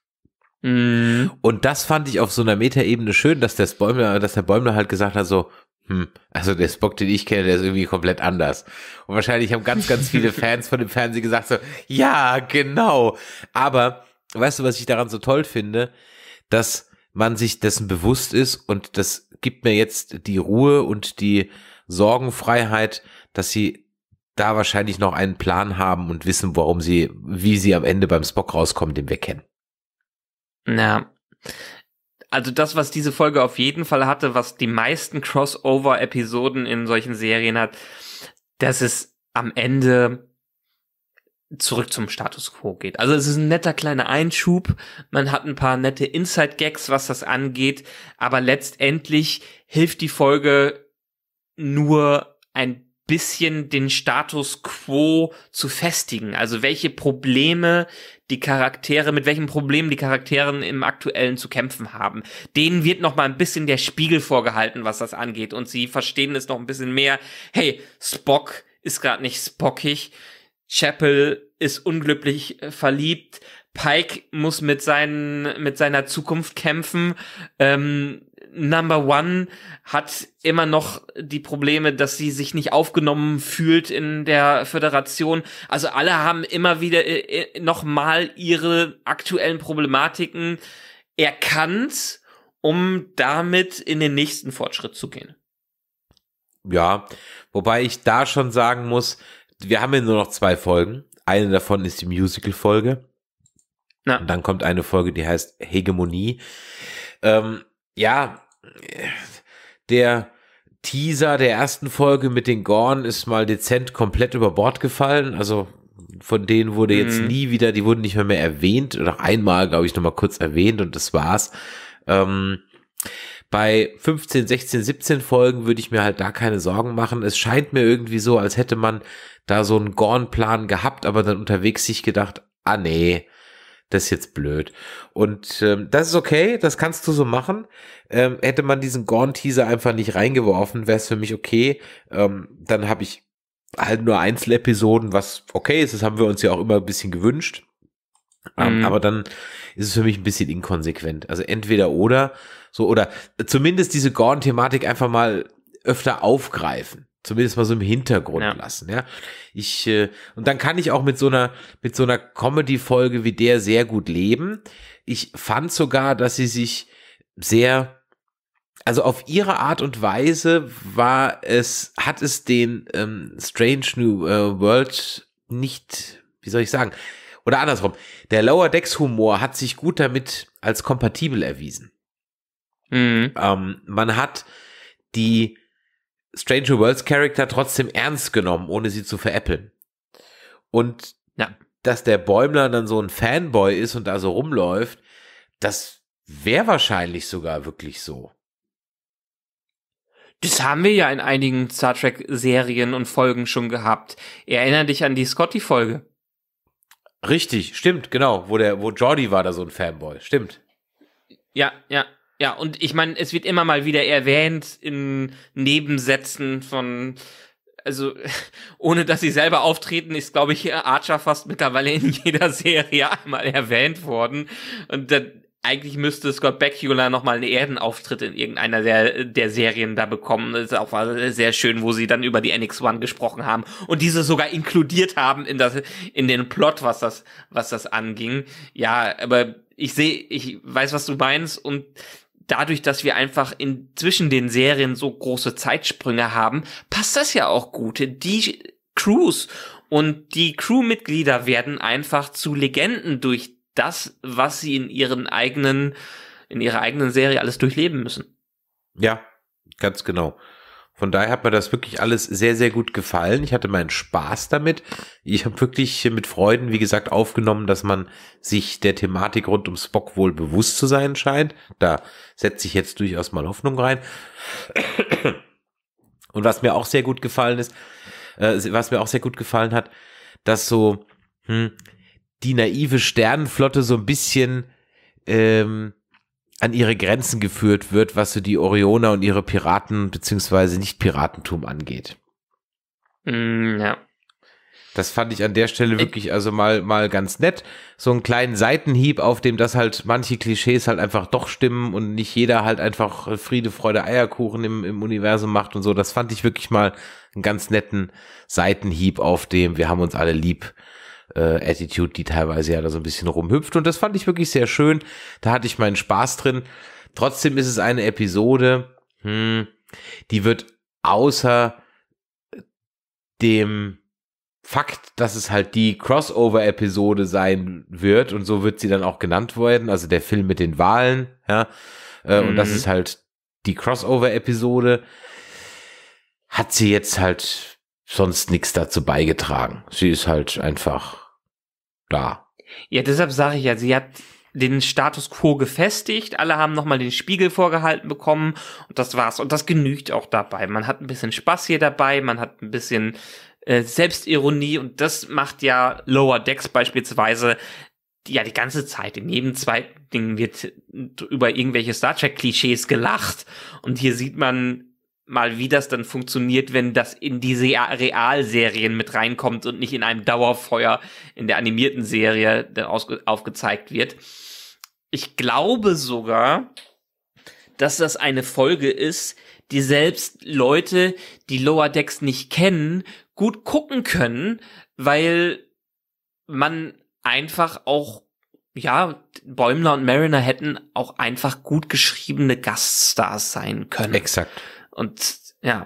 Und das fand ich auf so einer Metaebene schön, dass der Bäumler halt gesagt hat so, also der Spock, den ich kenne, der ist irgendwie komplett anders. Und wahrscheinlich haben ganz, ganz viele Fans von dem Fernsehen gesagt so, ja, genau. Aber weißt du, was ich daran so toll finde? Dass man sich dessen bewusst ist und das gibt mir jetzt die Ruhe und die Sorgenfreiheit, dass sie da wahrscheinlich noch einen Plan haben und wissen, wie sie am Ende beim Spock rauskommen, den wir kennen. Na, also das, was diese Folge auf jeden Fall hatte, was die meisten Crossover-Episoden in solchen Serien hat, dass es am Ende zurück zum Status Quo geht. Also es ist ein netter kleiner Einschub, man hat ein paar nette Inside-Gags, was das angeht, aber letztendlich hilft die Folge nur ein bisschen den Status quo zu festigen. Also welche Probleme mit welchen Problemen die Charaktere im Aktuellen zu kämpfen haben. Denen wird noch mal ein bisschen der Spiegel vorgehalten, was das angeht. Und sie verstehen es noch ein bisschen mehr. Hey, Spock ist gerade nicht spockig. Chapel ist unglücklich verliebt. Pike muss mit seiner Zukunft kämpfen. Number One hat immer noch die Probleme, dass sie sich nicht aufgenommen fühlt in der Föderation. Also alle haben immer wieder nochmal ihre aktuellen Problematiken erkannt, um damit in den nächsten Fortschritt zu gehen. Ja, wobei ich da schon sagen muss, wir haben ja nur noch 2 Folgen. Eine davon ist die Musical-Folge. Ja. Und dann kommt eine Folge, die heißt Hegemonie. Der Teaser der ersten Folge mit den Gorn ist mal dezent komplett über Bord gefallen. Also von denen wurde jetzt nie wieder, die wurden nicht mehr erwähnt. Oder einmal, glaube ich, nochmal kurz erwähnt und das war's. Bei 15, 16, 17 Folgen würde ich mir halt da keine Sorgen machen. Es scheint mir irgendwie so, als hätte man da so einen Gorn-Plan gehabt, aber dann unterwegs sich gedacht, nee, das ist jetzt blöd. Und das ist okay, das kannst du so machen. Hätte man diesen Gorn-Teaser einfach nicht reingeworfen, wäre es für mich okay. Dann habe ich halt nur Einzelepisoden, was okay ist, das haben wir uns ja auch immer ein bisschen gewünscht. Aber dann ist es für mich ein bisschen inkonsequent. Also entweder oder, so, oder zumindest diese Gorn-Thematik einfach mal öfter aufgreifen. Zumindest mal so im Hintergrund lassen, ja. Und dann kann ich auch mit so einer Comedy-Folge wie der sehr gut leben. Ich fand sogar, dass sie sich also auf ihre Art und Weise hat es den Strange New World nicht, wie soll ich sagen, oder andersrum, der Lower Decks Humor hat sich gut damit als kompatibel erwiesen. Man hat die Strange New Worlds Charakter trotzdem ernst genommen, ohne sie zu veräppeln. Und dass der Bäumler dann so ein Fanboy ist und da so rumläuft, das wäre wahrscheinlich sogar wirklich so. Das haben wir ja in einigen Star Trek Serien und Folgen schon gehabt. Erinner dich an die Scotty-Folge. Richtig, stimmt, genau. Wo Geordi war da so ein Fanboy, stimmt. Ja, und ich meine, es wird immer mal wieder erwähnt in Nebensätzen also ohne dass sie selber auftreten, ist, glaube ich, Archer fast mittlerweile in jeder Serie einmal erwähnt worden. Und eigentlich müsste Scott Bakula nochmal einen Erdenauftritt in irgendeiner der Serien da bekommen. Das ist auch sehr schön, wo sie dann über die NX-1 gesprochen haben und diese sogar inkludiert haben in den Plot, was das anging. Ja, aber ich weiß, was du meinst, und dadurch, dass wir einfach zwischen den Serien so große Zeitsprünge haben, passt das ja auch gut. Die Crews und die Crewmitglieder werden einfach zu Legenden durch das, was sie in ihrer eigenen Serie alles durchleben müssen. Ja, ganz genau. Von daher hat mir das wirklich alles sehr, sehr gut gefallen. Ich hatte meinen Spaß damit. Ich habe wirklich mit Freuden, wie gesagt, aufgenommen, dass man sich der Thematik rund um Spock wohl bewusst zu sein scheint. Da setze ich jetzt durchaus mal Hoffnung rein. Und was mir auch sehr gut gefallen hat, dass so die naive Sternenflotte so ein bisschen an ihre Grenzen geführt wird, was so die Orioner und ihre Piraten bzw. Nicht-Piratentum angeht. Ja. Das fand ich an der Stelle wirklich also mal ganz nett. So einen kleinen Seitenhieb, auf dem das halt manche Klischees halt einfach doch stimmen und nicht jeder halt einfach Friede, Freude, Eierkuchen im Universum macht und so. Das fand ich wirklich mal einen ganz netten Seitenhieb auf dem wir haben uns alle lieb Attitude, die teilweise ja da so ein bisschen rumhüpft, und das fand ich wirklich sehr schön. Da hatte ich meinen Spaß drin. Trotzdem ist es eine Episode, die wird außer dem Fakt, dass es halt die Crossover-Episode sein wird, und so wird sie dann auch genannt werden, also der Film mit den Walen, ja, und das ist halt die Crossover-Episode, hat sie jetzt halt sonst nichts dazu beigetragen. Sie ist halt einfach da. Ja, deshalb sage ich ja, sie hat den Status quo gefestigt, alle haben nochmal den Spiegel vorgehalten bekommen und das war's. Und das genügt auch dabei. Man hat ein bisschen Spaß hier dabei, man hat ein bisschen Selbstironie und das macht ja Lower Decks beispielsweise die ganze Zeit. In jedem zweiten Ding wird über irgendwelche Star Trek-Klischees gelacht und hier sieht man mal, wie das dann funktioniert, wenn das in diese Realserien mit reinkommt und nicht in einem Dauerfeuer in der animierten Serie dann aufgezeigt wird. Ich glaube sogar, dass das eine Folge ist, die selbst Leute, die Lower Decks nicht kennen, gut gucken können, weil man einfach auch, Bäumler und Mariner hätten auch einfach gut geschriebene Gaststars sein können. Exakt. Und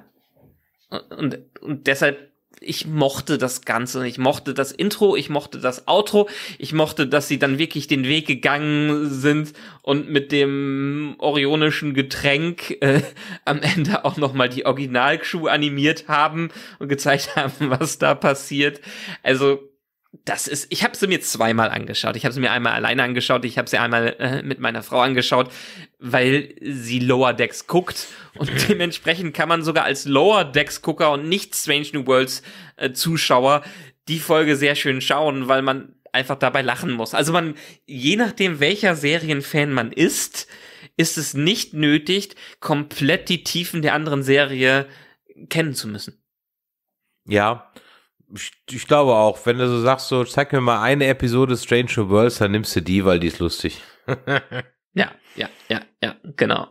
deshalb, ich mochte das Ganze, ich mochte das Intro, ich mochte das Outro, ich mochte, dass sie dann wirklich den Weg gegangen sind und mit dem orionischen Getränk am Ende auch nochmal die Original-Crew animiert haben und gezeigt haben, was da passiert. Also ich habe sie mir zweimal angeschaut. Ich habe sie mir einmal alleine angeschaut, ich habe sie einmal mit meiner Frau angeschaut, weil sie Lower Decks guckt und dementsprechend kann man sogar als Lower Decks Gucker und nicht Strange New Worlds Zuschauer die Folge sehr schön schauen, weil man einfach dabei lachen muss. Also je nachdem welcher Serienfan man ist es nicht nötig, komplett die Tiefen der anderen Serie kennen zu müssen. Ja, ich glaube auch, wenn du so sagst, so zeig mir mal eine Episode Strange New Worlds, dann nimmst du die, weil die ist lustig. Ja, genau.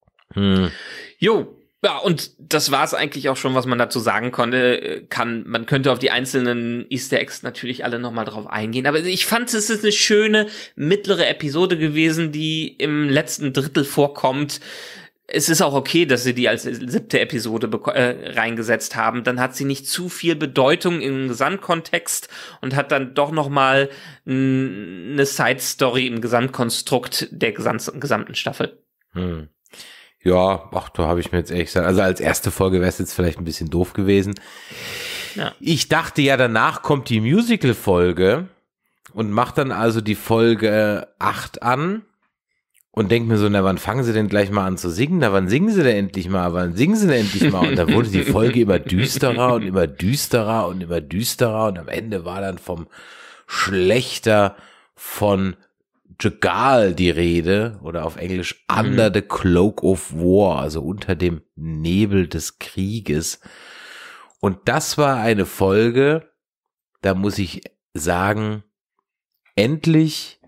Jo, ja, und das war es eigentlich auch schon, was man dazu sagen kann. Man könnte auf die einzelnen Easter Eggs natürlich alle nochmal drauf eingehen, aber ich fand, es ist eine schöne mittlere Episode gewesen, die im letzten Drittel vorkommt. Es ist auch okay, dass sie die als 7. Episode reingesetzt haben. Dann hat sie nicht zu viel Bedeutung im Gesamtkontext und hat dann doch noch mal eine Side-Story im Gesamtkonstrukt der gesamten Staffel. Ja, da habe ich mir jetzt ehrlich gesagt, also als erste Folge wäre es jetzt vielleicht ein bisschen doof gewesen. Ja. Ich dachte ja, danach kommt die Musical-Folge und macht dann also die Folge 8 an. Und denk mir so, wann fangen sie denn gleich mal an zu singen? Wann singen sie denn endlich mal? Wann singen sie denn endlich mal? Und da wurde die Folge immer düsterer und immer düsterer und immer düsterer. Und am Ende war dann vom Schlächter von Jugal die Rede. Oder auf Englisch Under the Cloak of War. Also unter dem Nebel des Krieges. Und das war eine Folge, da muss ich sagen, endlich,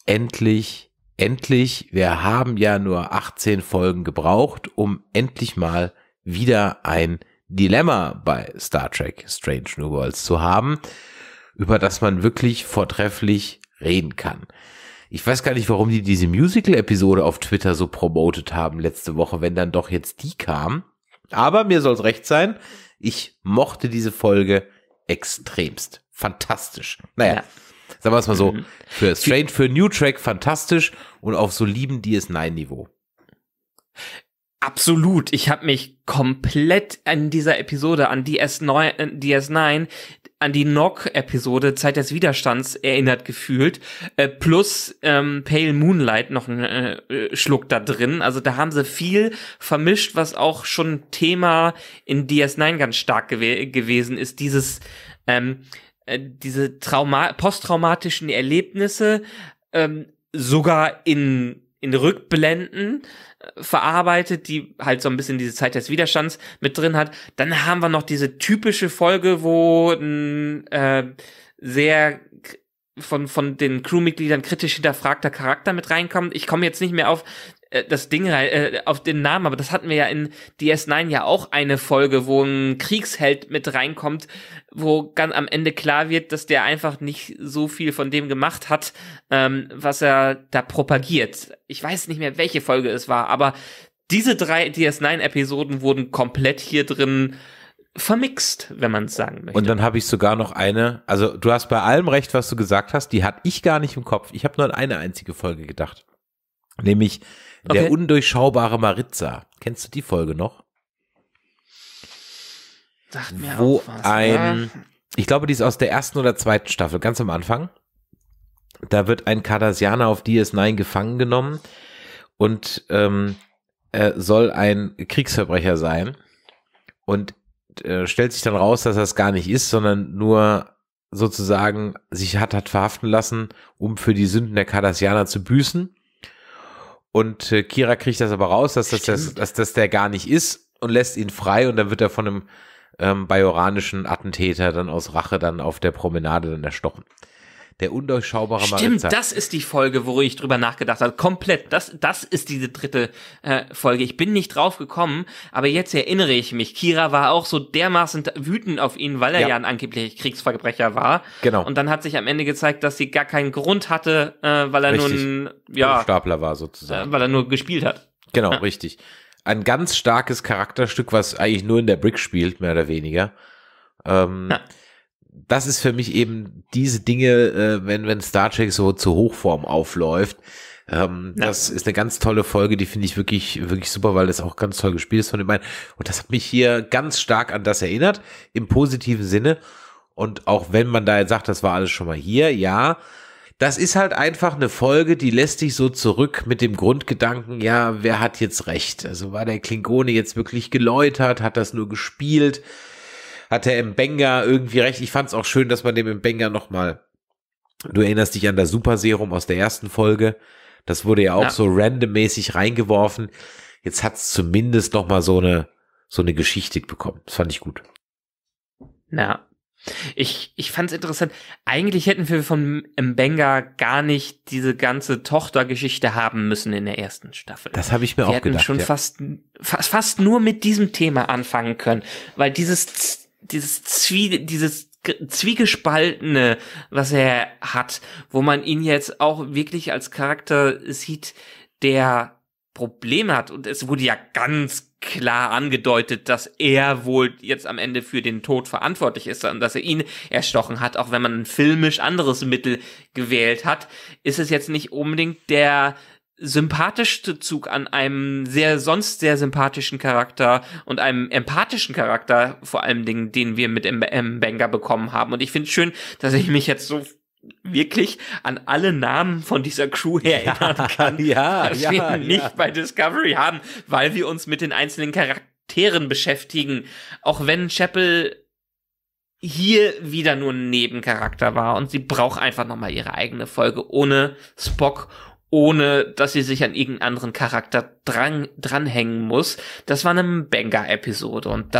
wir haben ja nur 18 Folgen gebraucht, um endlich mal wieder ein Dilemma bei Star Trek Strange New Worlds zu haben, über das man wirklich vortrefflich reden kann. Ich weiß gar nicht, warum die diese Musical-Episode auf Twitter so promotet haben letzte Woche, wenn dann doch jetzt die kam. Aber mir soll es recht sein, ich mochte diese Folge extremst. Fantastisch. Naja. Ja. Sagen wir es mal so, für New Track fantastisch und auf soliden DS9-Niveau. Absolut. Ich habe mich komplett an dieser Episode, an DS9, an die Nog-Episode Zeit des Widerstands erinnert gefühlt. Plus Pale Moonlight noch ein Schluck da drin. Also da haben sie viel vermischt, was auch schon Thema in DS9 ganz stark gewesen ist. Diese posttraumatischen Erlebnisse sogar in Rückblenden verarbeitet, die halt so ein bisschen diese Zeit des Widerstands mit drin hat. Dann haben wir noch diese typische Folge, wo ein sehr von den Crewmitgliedern kritisch hinterfragter Charakter mit reinkommt. Ich komme jetzt nicht mehr auf das Ding auf den Namen, aber das hatten wir ja in DS9 ja auch eine Folge, wo ein Kriegsheld mit reinkommt, wo ganz am Ende klar wird, dass der einfach nicht so viel von dem gemacht hat, was er da propagiert. Ich weiß nicht mehr, welche Folge es war, aber diese 3 DS9-Episoden wurden komplett hier drin vermixt, wenn man es sagen möchte. Und dann habe ich sogar noch eine, also du hast bei allem recht, was du gesagt hast, die hatte ich gar nicht im Kopf. Ich habe nur an eine einzige Folge gedacht. Nämlich der undurchschaubare Maritza. Kennst du die Folge noch? Sagt mir wo auch was, ich glaube, die ist aus der 1. oder 2. Staffel, ganz am Anfang. Da wird ein Cardassianer auf DS9 gefangen genommen und soll ein Kriegsverbrecher sein und stellt sich dann raus, dass er es gar nicht ist, sondern nur sozusagen sich hat verhaften lassen, um für die Sünden der Cardassianer zu büßen. Und Kira kriegt das aber raus, dass das der gar nicht ist und lässt ihn frei und dann wird er von einem bajoranischen Attentäter dann aus Rache dann auf der Promenade dann erstochen. Der undurchschaubare Maritza. Stimmt, das ist die Folge, wo ich drüber nachgedacht habe. Komplett, das ist diese dritte Folge. Ich bin nicht drauf gekommen, aber jetzt erinnere ich mich. Kira war auch so dermaßen wütend auf ihn, weil er ja ein angeblicher Kriegsverbrecher war. Genau. Und dann hat sich am Ende gezeigt, dass sie gar keinen Grund hatte, weil er nun Stapler war sozusagen. Weil er nur gespielt hat. Genau, richtig. Ein ganz starkes Charakterstück, was eigentlich nur in der Brick spielt, mehr oder weniger. Das ist für mich eben diese Dinge, wenn Star Trek so zur Hochform aufläuft. Das ist eine ganz tolle Folge, die finde ich wirklich, wirklich super, weil das auch ganz toll gespielt ist von den beiden. Und das hat mich hier ganz stark an das erinnert, im positiven Sinne. Und auch wenn man da jetzt sagt, das war alles schon mal hier, ja, das ist halt einfach eine Folge, die lässt dich so zurück mit dem Grundgedanken, ja, wer hat jetzt recht? Also war der Klingone jetzt wirklich geläutert, hat das nur gespielt? Hat der Mbenga irgendwie recht? Ich fand es auch schön, dass man dem Mbenga nochmal, du erinnerst dich an das Super Serum aus der ersten Folge, das wurde ja auch so randommäßig reingeworfen. Jetzt hat es zumindest nochmal so eine Geschichte bekommen. Das fand ich gut. Ja. Ich fand es interessant. Eigentlich hätten wir von Mbenga gar nicht diese ganze Tochtergeschichte haben müssen in der ersten Staffel. Das habe ich mir auch gedacht. Wir hätten schon fast nur mit diesem Thema anfangen können, weil dieses Zwiegespaltene, was er hat, wo man ihn jetzt auch wirklich als Charakter sieht, der Probleme hat. Und es wurde ja ganz klar angedeutet, dass er wohl jetzt am Ende für den Tod verantwortlich ist und dass er ihn erstochen hat, auch wenn man ein filmisch anderes Mittel gewählt hat, ist es jetzt nicht unbedingt der sympathischste Zug an einem sonst sehr sympathischen Charakter und einem empathischen Charakter, vor allem Dingen, den wir mit Mbenga bekommen haben. Und ich finde es schön, dass ich mich jetzt so wirklich an alle Namen von dieser Crew erinnern kann, dass wir nicht bei Discovery haben, weil wir uns mit den einzelnen Charakteren beschäftigen. Auch wenn Chapel hier wieder nur ein Nebencharakter war und sie braucht einfach nochmal ihre eigene Folge ohne Spock, ohne dass sie sich an irgendeinen anderen Charakter dranhängen muss. Das war eine Mbenga-Episode und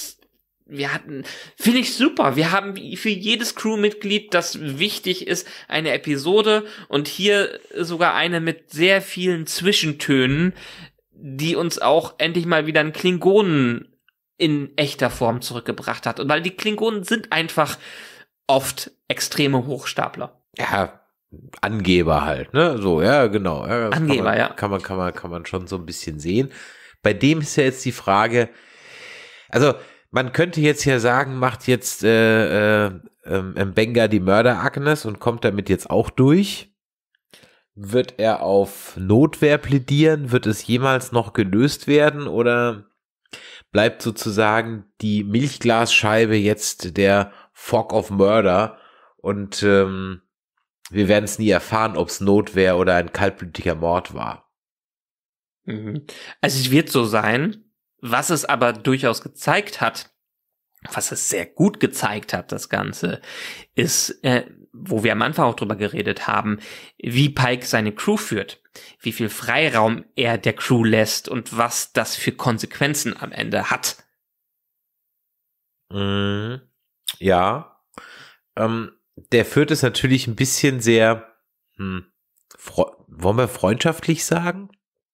finde ich super. Wir haben für jedes Crewmitglied, das wichtig ist, eine Episode und hier sogar eine mit sehr vielen Zwischentönen, die uns auch endlich mal wieder einen Klingonen in echter Form zurückgebracht hat. Und weil die Klingonen sind einfach oft extreme Hochstapler. Ja, Angeber halt, ne? So, ja, genau. Ja, Angeber, kann man schon so ein bisschen sehen. Bei dem ist ja jetzt die Frage, also man könnte jetzt ja sagen, macht jetzt Mbenga die Mörder-Agnes und kommt damit jetzt auch durch. Wird er auf Notwehr plädieren? Wird es jemals noch gelöst werden? Oder bleibt sozusagen die Milchglasscheibe jetzt der Fog of Murder? Und wir werden es nie erfahren, ob es Notwehr oder ein kaltblütiger Mord war. Also es wird so sein. Was es aber durchaus gezeigt hat, was es sehr gut gezeigt hat, das Ganze, ist, wo wir am Anfang auch drüber geredet haben, wie Pike seine Crew führt, wie viel Freiraum er der Crew lässt und was das für Konsequenzen am Ende hat. Ja, der führt es natürlich ein bisschen sehr, wollen wir freundschaftlich sagen?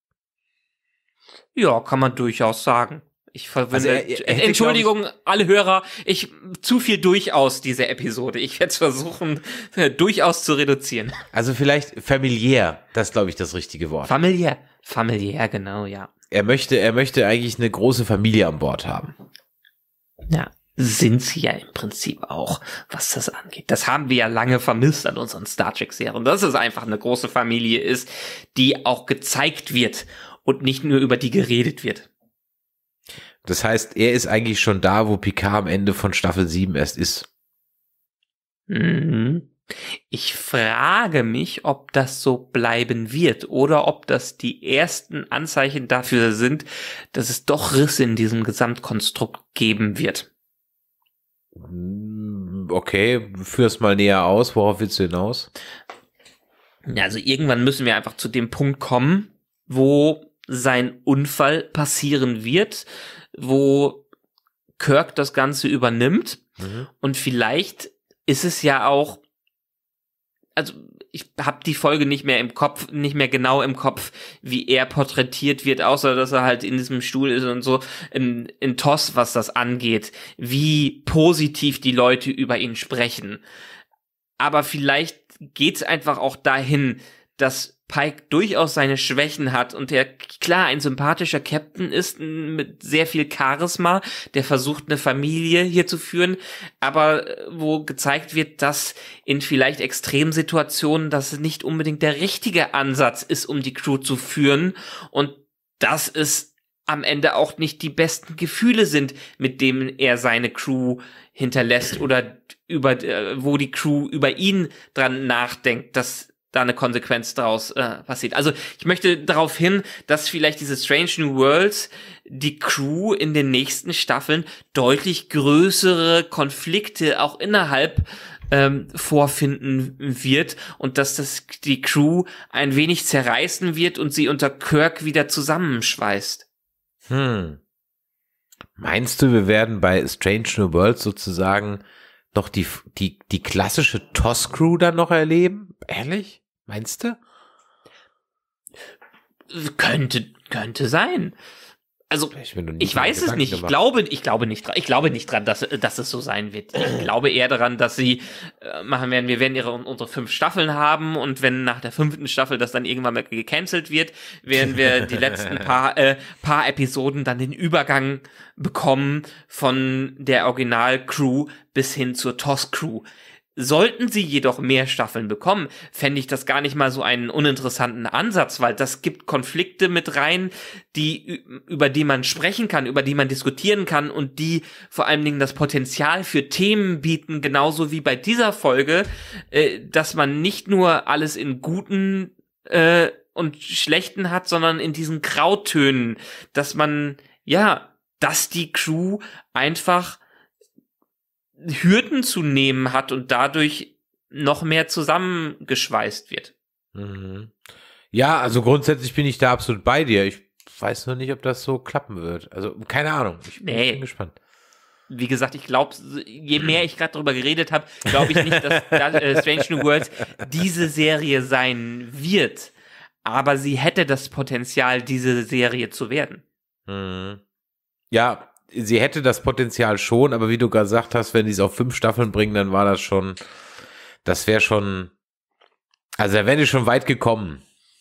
Ja, kann man durchaus sagen. Ich verwende, Entschuldigung, alle Hörer, zu viel durchaus diese Episode. Ich werde es versuchen, durchaus zu reduzieren. Also vielleicht familiär, das ist, glaube ich, das richtige Wort. Familiär, genau, ja. Er möchte eigentlich eine große Familie an Bord haben. Ja, sind sie ja im Prinzip auch, was das angeht. Das haben wir ja lange vermisst an unseren Star Trek-Serien, dass es einfach eine große Familie ist, die auch gezeigt wird und nicht nur über die geredet wird. Das heißt, er ist eigentlich schon da, wo Picard am Ende von Staffel 7 erst ist. Mhm. Ich frage mich, ob das so bleiben wird oder ob das die ersten Anzeichen dafür sind, dass es doch Risse in diesem Gesamtkonstrukt geben wird. Okay, führ's mal näher aus. Worauf willst du hinaus? Ja, also irgendwann müssen wir einfach zu dem Punkt kommen, wo sein Unfall passieren wird, wo Kirk das Ganze übernimmt. Und vielleicht ist es ja auch, also ich habe die Folge nicht mehr genau im Kopf, wie er porträtiert wird, außer dass er halt in diesem Stuhl ist und so in TOS, was das angeht, wie positiv die Leute über ihn sprechen. Aber vielleicht geht's einfach auch dahin, dass Pike durchaus seine Schwächen hat und er klar ein sympathischer Captain ist mit sehr viel Charisma, der versucht eine Familie hier zu führen, aber wo gezeigt wird, dass in vielleicht Extremsituationen das nicht unbedingt der richtige Ansatz ist, um die Crew zu führen und dass es am Ende auch nicht die besten Gefühle sind, mit denen er seine Crew hinterlässt oder wo die Crew über ihn dran nachdenkt, dass da eine Konsequenz daraus passiert. Also ich möchte darauf hin, dass vielleicht diese Strange New Worlds die Crew in den nächsten Staffeln deutlich größere Konflikte auch innerhalb vorfinden wird und dass das die Crew ein wenig zerreißen wird und sie unter Kirk wieder zusammenschweißt. Meinst du, wir werden bei Strange New Worlds sozusagen noch die klassische TOS-Crew dann noch erleben? Ehrlich? Meinst du? Könnte sein. Also, ich weiß es nicht. Ich glaube nicht dran, dass es so sein wird. Ich glaube eher daran, dass sie machen werden, wir werden unsere 5 Staffeln haben und wenn nach der 5. Staffel das dann irgendwann mal gecancelt wird, werden wir die letzten paar Episoden dann den Übergang bekommen von der Original-Crew bis hin zur TOS-Crew. Sollten sie jedoch mehr Staffeln bekommen, fände ich das gar nicht mal so einen uninteressanten Ansatz, weil das gibt Konflikte mit rein, über die man sprechen kann, über die man diskutieren kann und die vor allen Dingen das Potenzial für Themen bieten, genauso wie bei dieser Folge, dass man nicht nur alles in guten und schlechten hat, sondern in diesen Grautönen, dass die Crew einfach Hürden zu nehmen hat und dadurch noch mehr zusammengeschweißt wird. Ja, also grundsätzlich bin ich da absolut bei dir. Ich weiß nur nicht, ob das so klappen wird. Also keine Ahnung. Ich bin gespannt. Wie gesagt, ich glaube, je mehr ich gerade darüber geredet habe, glaube ich nicht, dass Strange New Worlds diese Serie sein wird. Aber sie hätte das Potenzial, diese Serie zu werden. Ja, sie hätte das Potenzial schon, aber wie du gesagt hast, wenn die es auf 5 Staffeln bringen, dann war das wäre schon, also da wären die schon weit gekommen.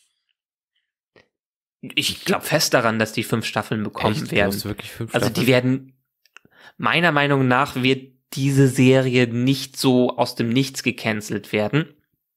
Ich glaube fest daran, dass die 5 Staffeln bekommen werden. Glaubst du wirklich 5 also Staffeln? Die werden, meiner Meinung nach, wird diese Serie nicht so aus dem Nichts gecancelt werden.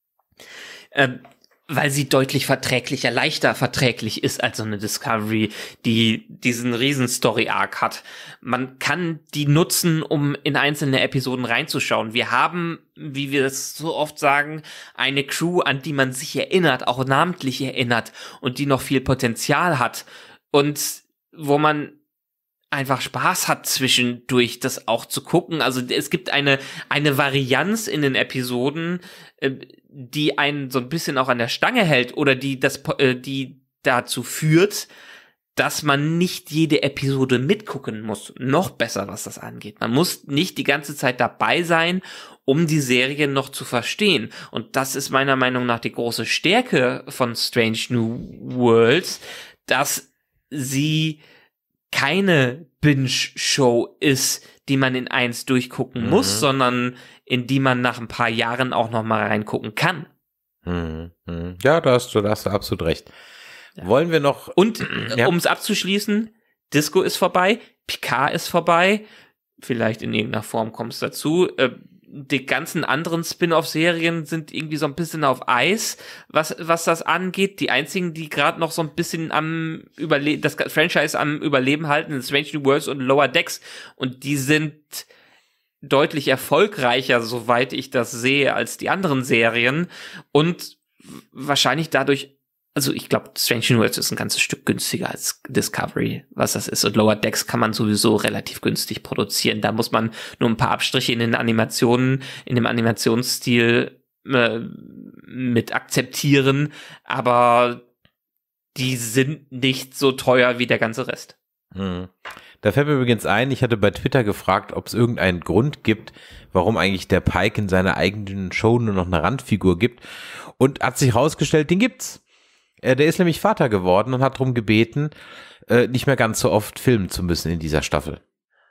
Weil sie deutlich leichter verträglich ist als so eine Discovery, die diesen riesen Story-Arc hat. Man kann die nutzen, um in einzelne Episoden reinzuschauen. Wir haben, wie wir es so oft sagen, eine Crew, an die man sich erinnert, auch namentlich erinnert und die noch viel Potenzial hat und wo man einfach Spaß hat, zwischendurch das auch zu gucken. Also es gibt eine Varianz in den Episoden, die einen so ein bisschen auch an der Stange hält oder die dazu führt, dass man nicht jede Episode mitgucken muss. Noch besser, was das angeht. Man muss nicht die ganze Zeit dabei sein, um die Serie noch zu verstehen. Und das ist meiner Meinung nach die große Stärke von Strange New Worlds, dass sie keine Binge-Show ist, die man in eins durchgucken muss, sondern in die man nach ein paar Jahren auch noch mal reingucken kann. Ja, da hast du absolut recht. Ja. Wollen wir noch... Und um es abzuschließen, Disco ist vorbei, Picard ist vorbei, vielleicht in irgendeiner Form kommt es dazu, die ganzen anderen Spin-off-Serien sind irgendwie so ein bisschen auf Eis, was das angeht. Die einzigen, die gerade noch so ein bisschen das Franchise am Überleben halten, sind Strange New Worlds und Lower Decks. Und die sind deutlich erfolgreicher, soweit ich das sehe, als die anderen Serien und wahrscheinlich dadurch, also ich glaube, Strange New Worlds ist ein ganzes Stück günstiger als Discovery, was das ist. Und Lower Decks kann man sowieso relativ günstig produzieren. Da muss man nur ein paar Abstriche in den Animationen, in dem Animationsstil mit akzeptieren, aber die sind nicht so teuer wie der ganze Rest. Da fällt mir übrigens ein, ich hatte bei Twitter gefragt, ob es irgendeinen Grund gibt, warum eigentlich der Pike in seiner eigenen Show nur noch eine Randfigur gibt. Und hat sich rausgestellt, den gibt's. Der ist nämlich Vater geworden und hat darum gebeten, nicht mehr ganz so oft filmen zu müssen in dieser Staffel.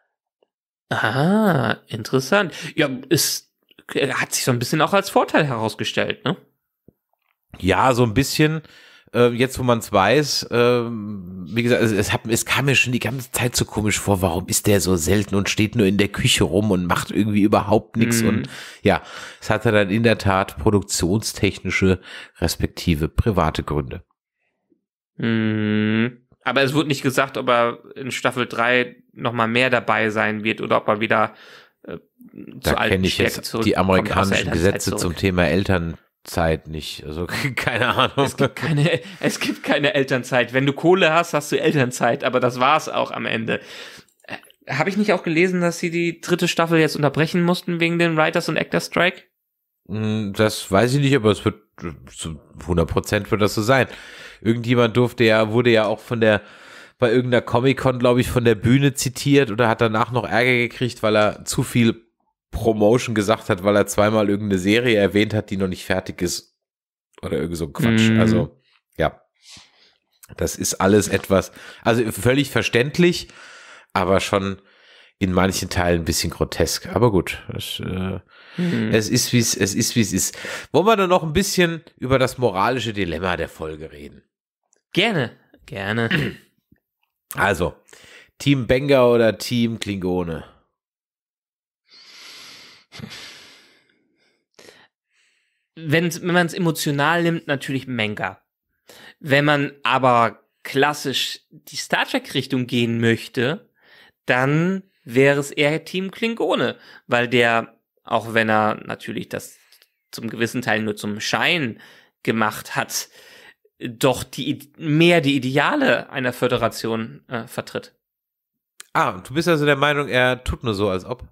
Ah, interessant. Ja, hat sich so ein bisschen auch als Vorteil herausgestellt, ne? Ja, so ein bisschen. Jetzt, wo man es weiß, wie gesagt, es kam mir schon die ganze Zeit so komisch vor, warum ist der so selten und steht nur in der Küche rum und macht irgendwie überhaupt nichts. Und ja, es hatte dann in der Tat produktionstechnische respektive private Gründe. Aber es wurde nicht gesagt, ob er in Staffel 3 nochmal mehr dabei sein wird oder ob er wieder da kenne ich jetzt die amerikanischen Gesetze zum Thema Elternzeit nicht, also keine Ahnung. Es gibt keine Elternzeit. Wenn du Kohle hast, hast du Elternzeit, aber das war's auch am Ende. Habe ich nicht auch gelesen, dass sie die 3. Staffel jetzt unterbrechen mussten wegen den Writers- und Actor-Strike? Das weiß ich nicht, aber es wird zu 100% wird das so sein. Irgendjemand wurde ja auch bei irgendeiner Comic-Con, glaube ich, von der Bühne zitiert oder hat danach noch Ärger gekriegt, weil er zu viel Promotion gesagt hat, weil er zweimal irgendeine Serie erwähnt hat, die noch nicht fertig ist oder irgend so Quatsch. Also, ja, das ist alles etwas, also völlig verständlich, aber schon in manchen Teilen ein bisschen grotesk. Aber gut, es ist, wie es ist. Wollen wir dann noch ein bisschen über das moralische Dilemma der Folge reden? Gerne. Also, Team Benga oder Team Klingone? Wenn man es emotional nimmt, natürlich Manga. Wenn man aber klassisch die Star Trek-Richtung gehen möchte, dann wäre es eher Team Klingone, weil der, auch wenn er natürlich das zum gewissen Teil nur zum Schein gemacht hat, doch mehr die Ideale einer Föderation vertritt. Du bist also der Meinung, er tut nur so, als ob?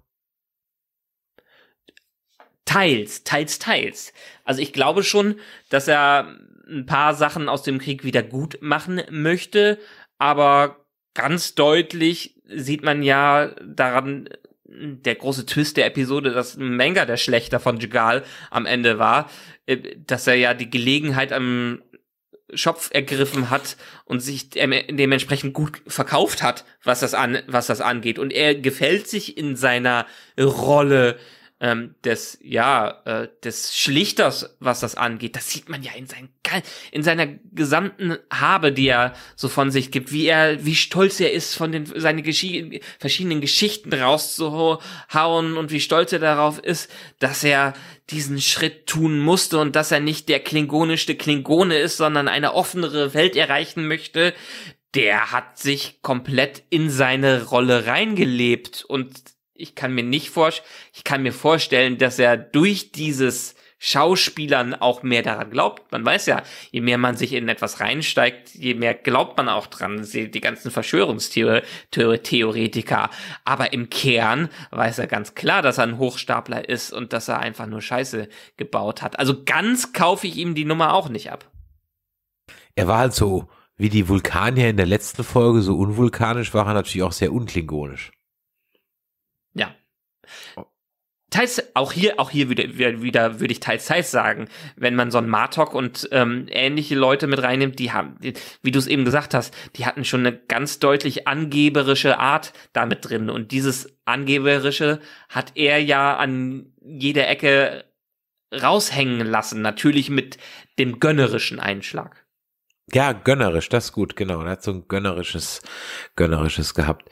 Teils. Also ich glaube schon, dass er ein paar Sachen aus dem Krieg wieder gut machen möchte, aber ganz deutlich sieht man ja daran, der große Twist der Episode, dass Manga der Schlächter von Jugal am Ende war, dass er ja die Gelegenheit am Schopf ergriffen hat und sich dementsprechend gut verkauft hat, was das angeht. Und er gefällt sich in seiner Rolle des Schlichters, was das angeht. Das sieht man ja in seiner gesamten Habe, die er so von sich gibt, wie stolz er ist, seine verschiedenen Geschichten rauszuhauen und wie stolz er darauf ist, dass er diesen Schritt tun musste und dass er nicht der klingonischste Klingone ist, sondern eine offenere Welt erreichen möchte. Der hat sich komplett in seine Rolle reingelebt und ich kann mir vorstellen, dass er durch dieses Schauspielern auch mehr daran glaubt. Man weiß ja, je mehr man sich in etwas reinsteigt, je mehr glaubt man auch dran, die ganzen Verschwörungstheoretiker. Aber im Kern weiß er ganz klar, dass er ein Hochstapler ist und dass er einfach nur Scheiße gebaut hat. Also ganz kaufe ich ihm die Nummer auch nicht ab. Er war halt so, wie die Vulkanier in der letzten Folge, so unvulkanisch, war er natürlich auch sehr unklingonisch. Ja. Teils, auch hier wieder würde ich teils sagen, wenn man so einen Martok und ähnliche Leute mit reinnimmt, wie du es eben gesagt hast, die hatten schon eine ganz deutlich angeberische Art damit drin und dieses Angeberische hat er ja an jeder Ecke raushängen lassen, natürlich mit dem gönnerischen Einschlag. Ja, gönnerisch, das ist gut, genau, er hat so ein gönnerisches gehabt.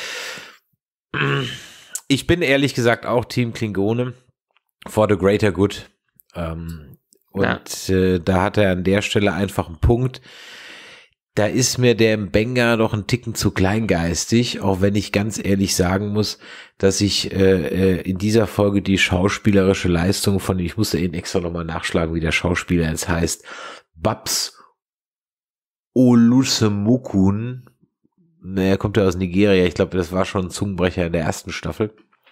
Ich bin ehrlich gesagt auch Team Klingone for the greater good. Da hat er an der Stelle einfach einen Punkt. da ist mir der Mbenga doch ein Ticken zu kleingeistig, auch wenn ich ganz ehrlich sagen muss, dass ich in dieser Folge die schauspielerische Leistung von, ich musste eben extra nochmal nachschlagen, wie der Schauspieler jetzt heißt, Babs Olusemokun, er kommt ja aus Nigeria, ich glaube, das war schon ein Zungenbrecher in der ersten Staffel.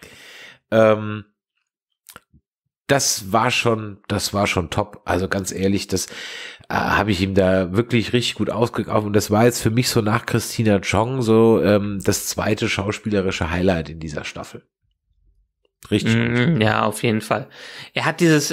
Das war schon top. Also ganz ehrlich, das habe ich ihm da wirklich richtig gut ausgekauft. Und das war jetzt für mich so nach Christina Chong so das zweite schauspielerische Highlight in dieser Staffel. Richtig gut. Ja, auf jeden Fall. Er hat dieses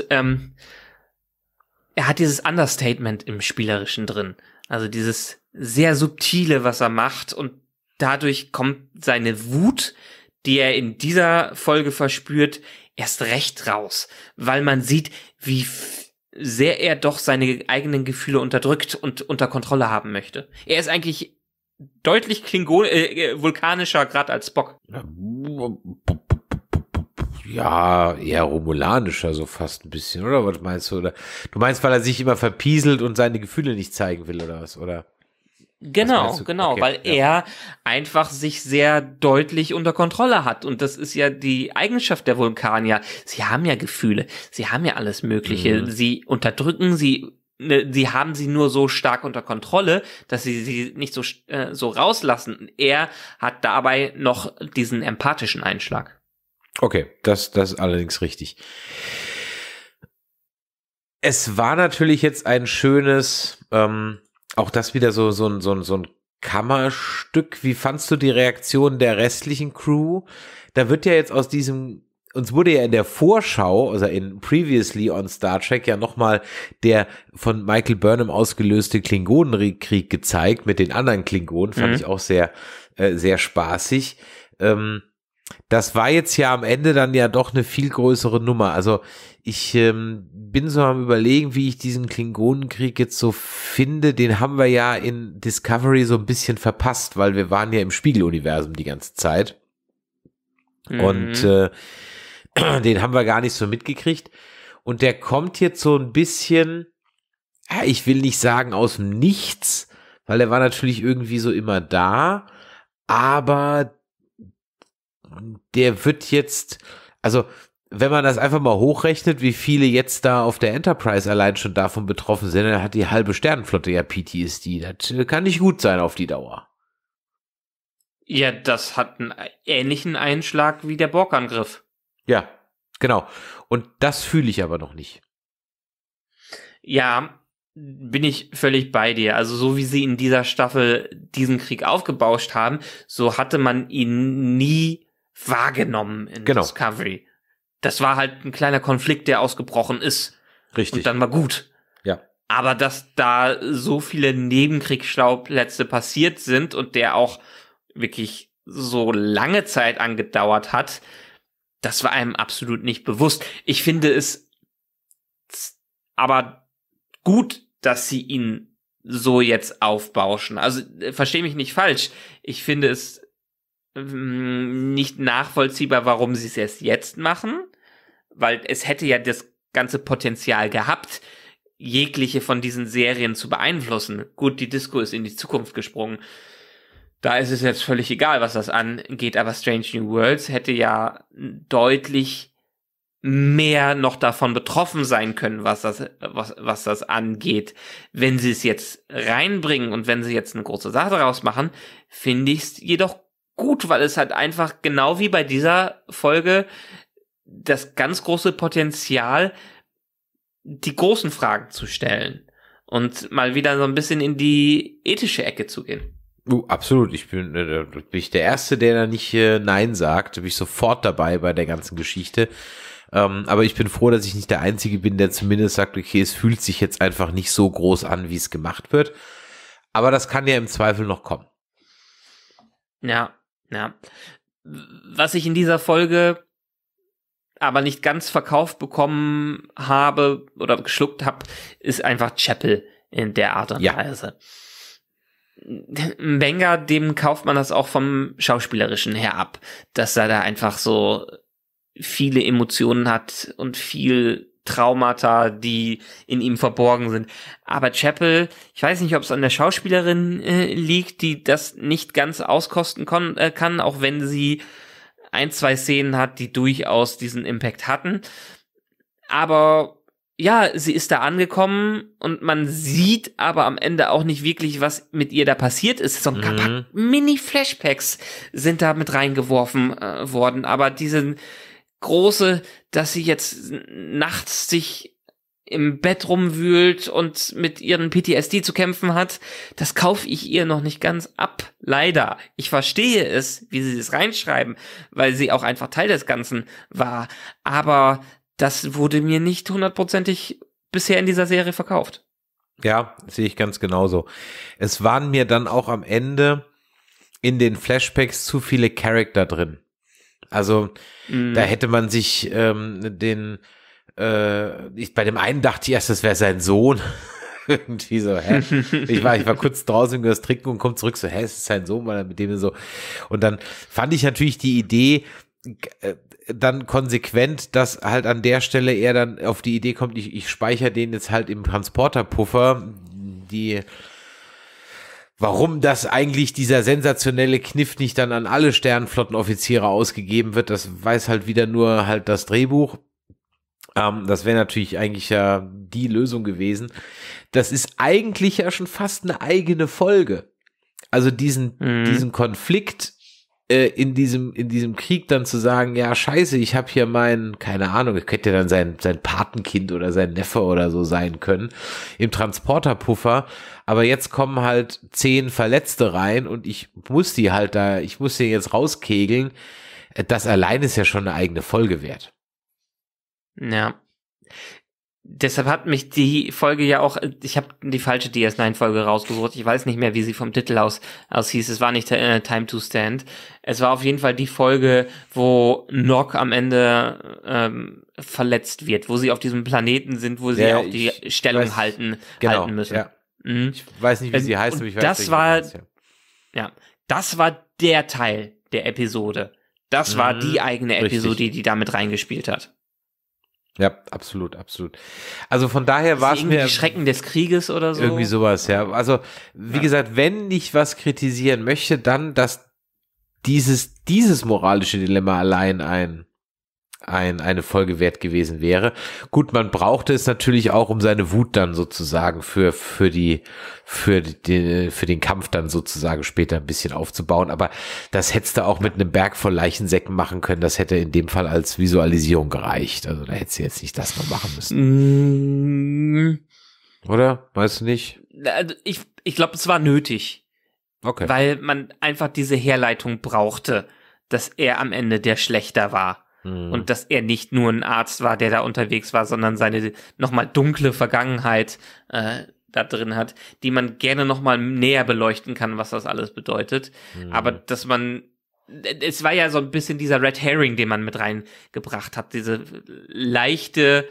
Understatement im Spielerischen drin. Also dieses sehr subtile, was er macht. Und dadurch kommt seine Wut, die er in dieser Folge verspürt, erst recht raus, weil man sieht, wie sehr er doch seine eigenen Gefühle unterdrückt und unter Kontrolle haben möchte. Er ist eigentlich deutlich vulkanischer gerade als Spock. Ja, eher romulanischer so fast ein bisschen, oder? Was meinst du? Oder du meinst, weil er sich immer verpieselt und seine Gefühle nicht zeigen will, oder was? Oder? Genau, Okay, weil er einfach sich sehr deutlich unter Kontrolle hat. Und das ist ja die Eigenschaft der Vulkanier. Sie haben ja Gefühle, sie haben ja alles Mögliche. Sie unterdrücken sie haben sie nur so stark unter Kontrolle, dass sie nicht so rauslassen. Er hat dabei noch diesen empathischen Einschlag. Okay, das ist allerdings richtig. Es war natürlich jetzt ein schönes, auch das wieder so ein Kammerstück. Wie fandst du die Reaktion der restlichen Crew? Da wird ja jetzt aus uns wurde ja in der Vorschau, also in Previously on Star Trek ja nochmal der von Michael Burnham ausgelöste Klingonenkrieg gezeigt mit den anderen Klingonen. Fand ich auch sehr, sehr spaßig. Das war jetzt ja am Ende dann ja doch eine viel größere Nummer. Also ich bin so am Überlegen, wie ich diesen Klingonenkrieg jetzt so finde. Den haben wir ja in Discovery so ein bisschen verpasst, weil wir waren ja im Spiegeluniversum die ganze Zeit. Und den haben wir gar nicht so mitgekriegt. Und der kommt jetzt so ein bisschen, ich will nicht sagen aus dem Nichts, weil er war natürlich irgendwie so immer da, aber der wird jetzt, also wenn man das einfach mal hochrechnet, wie viele jetzt da auf der Enterprise allein schon davon betroffen sind, dann hat die halbe Sternenflotte ja PTSD. Das kann nicht gut sein auf die Dauer. Ja, das hat einen ähnlichen Einschlag wie der Borg-Angriff. Ja, genau. Und das fühle ich aber noch nicht. Ja, bin ich völlig bei dir. Also so wie sie in dieser Staffel diesen Krieg aufgebauscht haben, so hatte man ihn nie wahrgenommen in Discovery. Das war halt ein kleiner Konflikt, der ausgebrochen ist. Richtig. Und dann war gut. Ja. Aber dass da so viele Nebenkriegsschauplätze passiert sind und der auch wirklich so lange Zeit angedauert hat, das war einem absolut nicht bewusst. Ich finde es aber gut, dass sie ihn so jetzt aufbauschen. Also versteh mich nicht falsch. Ich finde es nicht nachvollziehbar, warum sie es erst jetzt machen, weil es hätte ja das ganze Potenzial gehabt, jegliche von diesen Serien zu beeinflussen. Gut, die Disco ist in die Zukunft gesprungen. Da ist es jetzt völlig egal, was das angeht, aber Strange New Worlds hätte ja deutlich mehr noch davon betroffen sein können, was das angeht. Wenn sie es jetzt reinbringen und wenn sie jetzt eine große Sache daraus machen, finde ich es jedoch gut, weil es halt einfach genau wie bei dieser Folge das ganz große Potenzial, die großen Fragen zu stellen und mal wieder so ein bisschen in die ethische Ecke zu gehen. Absolut, ich bin der Erste, der da nicht Nein sagt. Da bin ich sofort dabei bei der ganzen Geschichte. Aber ich bin froh, dass ich nicht der Einzige bin, der zumindest sagt, okay, es fühlt sich jetzt einfach nicht so groß an, wie es gemacht wird. Aber das kann ja im Zweifel noch kommen. Ja. Was ich in dieser Folge aber nicht ganz verkauft bekommen habe oder geschluckt habe, ist einfach Chapel in der Art und Weise. Mbenga, dem kauft man das auch vom Schauspielerischen her ab, dass er da einfach so viele Emotionen hat und viel Traumata, die in ihm verborgen sind. Aber Chapel, ich weiß nicht, ob es an der Schauspielerin liegt, die das nicht ganz auskosten kann, auch wenn sie 1, 2 Szenen hat, die durchaus diesen Impact hatten. Aber ja, sie ist da angekommen und man sieht aber am Ende auch nicht wirklich, was mit ihr da passiert ist. So ein paar Mini-Flashbacks sind da mit reingeworfen worden, aber diese große, dass sie jetzt nachts sich im Bett rumwühlt und mit ihren PTSD zu kämpfen hat, das kaufe ich ihr noch nicht ganz ab. Leider. Ich verstehe es, wie sie es reinschreiben, weil sie auch einfach Teil des Ganzen war. Aber das wurde mir nicht 100%ig bisher in dieser Serie verkauft. Ja, sehe ich ganz genauso. Es waren mir dann auch am Ende in den Flashbacks zu viele Charakter drin. Also da hätte man sich bei dem einen dachte ich erst, das wäre sein Sohn. Irgendwie so, ich war kurz draußen das Trinken und komme zurück, so, es ist sein Sohn, weil er mit dem so. Und dann fand ich natürlich die Idee dann konsequent, dass halt an der Stelle er dann auf die Idee kommt, ich speichere den jetzt halt im Transporterpuffer, warum das eigentlich dieser sensationelle Kniff nicht dann an alle Sternenflottenoffiziere ausgegeben wird, das weiß halt wieder nur halt das Drehbuch. Das wäre natürlich eigentlich ja die Lösung gewesen. Das ist eigentlich ja schon fast eine eigene Folge. Also diesen Konflikt in diesem Krieg dann zu sagen, ja scheiße, ich habe hier keine Ahnung, es hätte ja dann sein Patenkind oder sein Neffe oder so sein können, im Transporterpuffer, aber jetzt kommen halt 10 Verletzte rein und ich muss den jetzt rauskegeln. Das allein ist ja schon eine eigene Folge wert. Ja. Deshalb hat mich die Folge ja auch, ich habe die falsche DS9-Folge rausgesucht, ich weiß nicht mehr, wie sie vom Titel aus hieß, es war nicht Time to Stand, es war auf jeden Fall die Folge, wo Nock am Ende verletzt wird, wo sie auf diesem Planeten sind, wo sie auch die Stellung halten müssen. Ja. Ich weiß nicht, wie sie heißt, aber ich weiß nicht. Das war der Teil der Episode. Das war die eigene Episode, die damit reingespielt hat. Ja, absolut, absolut. Also von daher war es mir... Die Schrecken des Krieges oder so? Irgendwie sowas, ja. Also, wie gesagt, wenn ich was kritisieren möchte, dann, dass dieses moralische Dilemma allein eine Folge wert gewesen wäre. Gut, man brauchte es natürlich auch, um seine Wut dann sozusagen für den Kampf dann sozusagen später ein bisschen aufzubauen, aber das hättest du auch mit einem Berg voll Leichensäcken machen können, das hätte in dem Fall als Visualisierung gereicht, also da hättest du jetzt nicht das noch machen müssen. Oder? Weißt du nicht? Ich glaube, es war nötig. Okay. Weil man einfach diese Herleitung brauchte, dass er am Ende der Schlechter war. Und dass er nicht nur ein Arzt war, der da unterwegs war, sondern seine nochmal dunkle Vergangenheit da drin hat, die man gerne nochmal näher beleuchten kann, was das alles bedeutet. Aber es war ja so ein bisschen dieser Red Herring, den man mit reingebracht hat, diese leichte,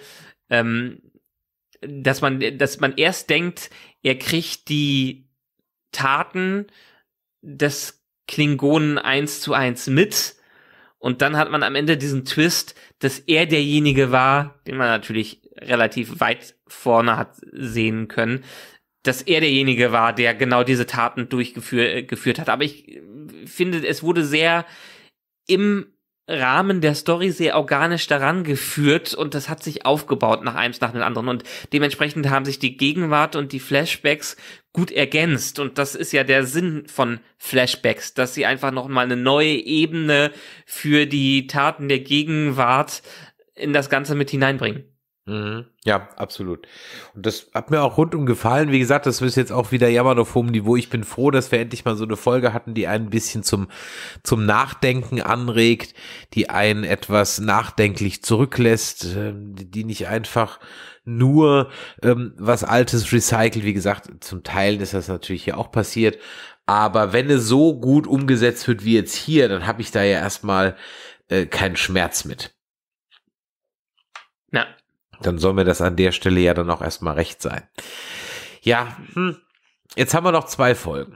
dass man erst denkt, er kriegt die Taten des Klingonen 1:1 mit. Und dann hat man am Ende diesen Twist, dass er derjenige war, den man natürlich relativ weit vorne hat sehen können, dass er derjenige war, der genau diese Taten geführt hat. Aber ich finde, es wurde sehr im Rahmen der Story sehr organisch daran geführt und das hat sich aufgebaut nach einem nach dem anderen und dementsprechend haben sich die Gegenwart und die Flashbacks gut ergänzt und das ist ja der Sinn von Flashbacks, dass sie einfach noch mal eine neue Ebene für die Taten der Gegenwart in das Ganze mit hineinbringen. Ja, absolut. Und das hat mir auch rundum gefallen. Wie gesagt, das ist jetzt auch wieder jammern auf hohem Niveau. Ich bin froh, dass wir endlich mal so eine Folge hatten, die einen ein bisschen zum Nachdenken anregt, die einen etwas nachdenklich zurücklässt, die nicht einfach nur was Altes recycelt. Wie gesagt, zum Teil ist das natürlich hier auch passiert. Aber wenn es so gut umgesetzt wird wie jetzt hier, dann habe ich da ja erstmal keinen Schmerz mit. Ja. Dann soll mir das an der Stelle ja dann auch erstmal recht sein. Ja, jetzt haben wir noch 2 Folgen.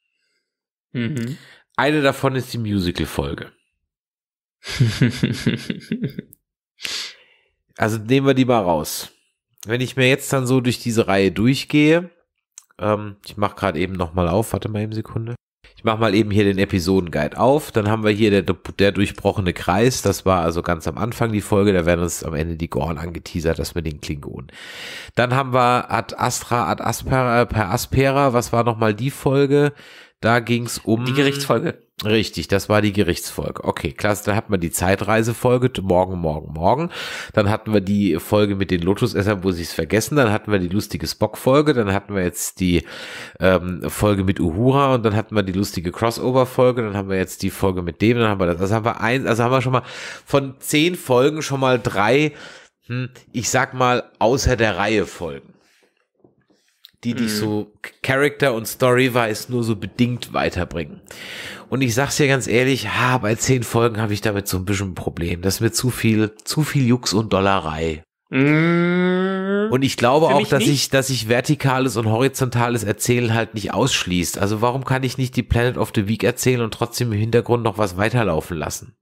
Eine davon ist die Musical-Folge. Also nehmen wir die mal raus. Wenn ich mir jetzt dann so durch diese Reihe durchgehe, ich mache gerade eben nochmal auf, warte mal eben Sekunde. Ich mache mal eben hier den Episodenguide auf, dann haben wir hier der durchbrochene Kreis, das war also ganz am Anfang die Folge, da werden uns am Ende die Gorn angeteasert, das mit den Klingonen. Dann haben wir Ad Astra, Ad Aspera, per Aspera, was war nochmal die Folge? Da ging's um... Die Gerichtsfolge. Richtig, das war die Gerichtsfolge. Okay, klasse, dann hatten wir die Zeitreisefolge, morgen. Dann hatten wir die Folge mit den Lotusessern, wo sie es vergessen. Dann hatten wir die lustige Spock-Folge. Dann hatten wir jetzt die Folge mit Uhura und dann hatten wir die lustige Crossover-Folge. Dann haben wir jetzt die Folge mit dem. Dann haben wir das. Also haben wir schon mal von 10 Folgen schon mal 3, ich sag mal, außer der Reihe Folgen. Die so Charakter- und Story-wise nur so bedingt weiterbringen. Und ich sag's dir ganz ehrlich, bei 10 Folgen habe ich damit so ein bisschen ein Problem. Das ist mir zu viel Jux und Dollerei. Und ich glaube auch, dass sich vertikales und horizontales Erzählen halt nicht ausschließt. Also warum kann ich nicht die Planet of the Week erzählen und trotzdem im Hintergrund noch was weiterlaufen lassen?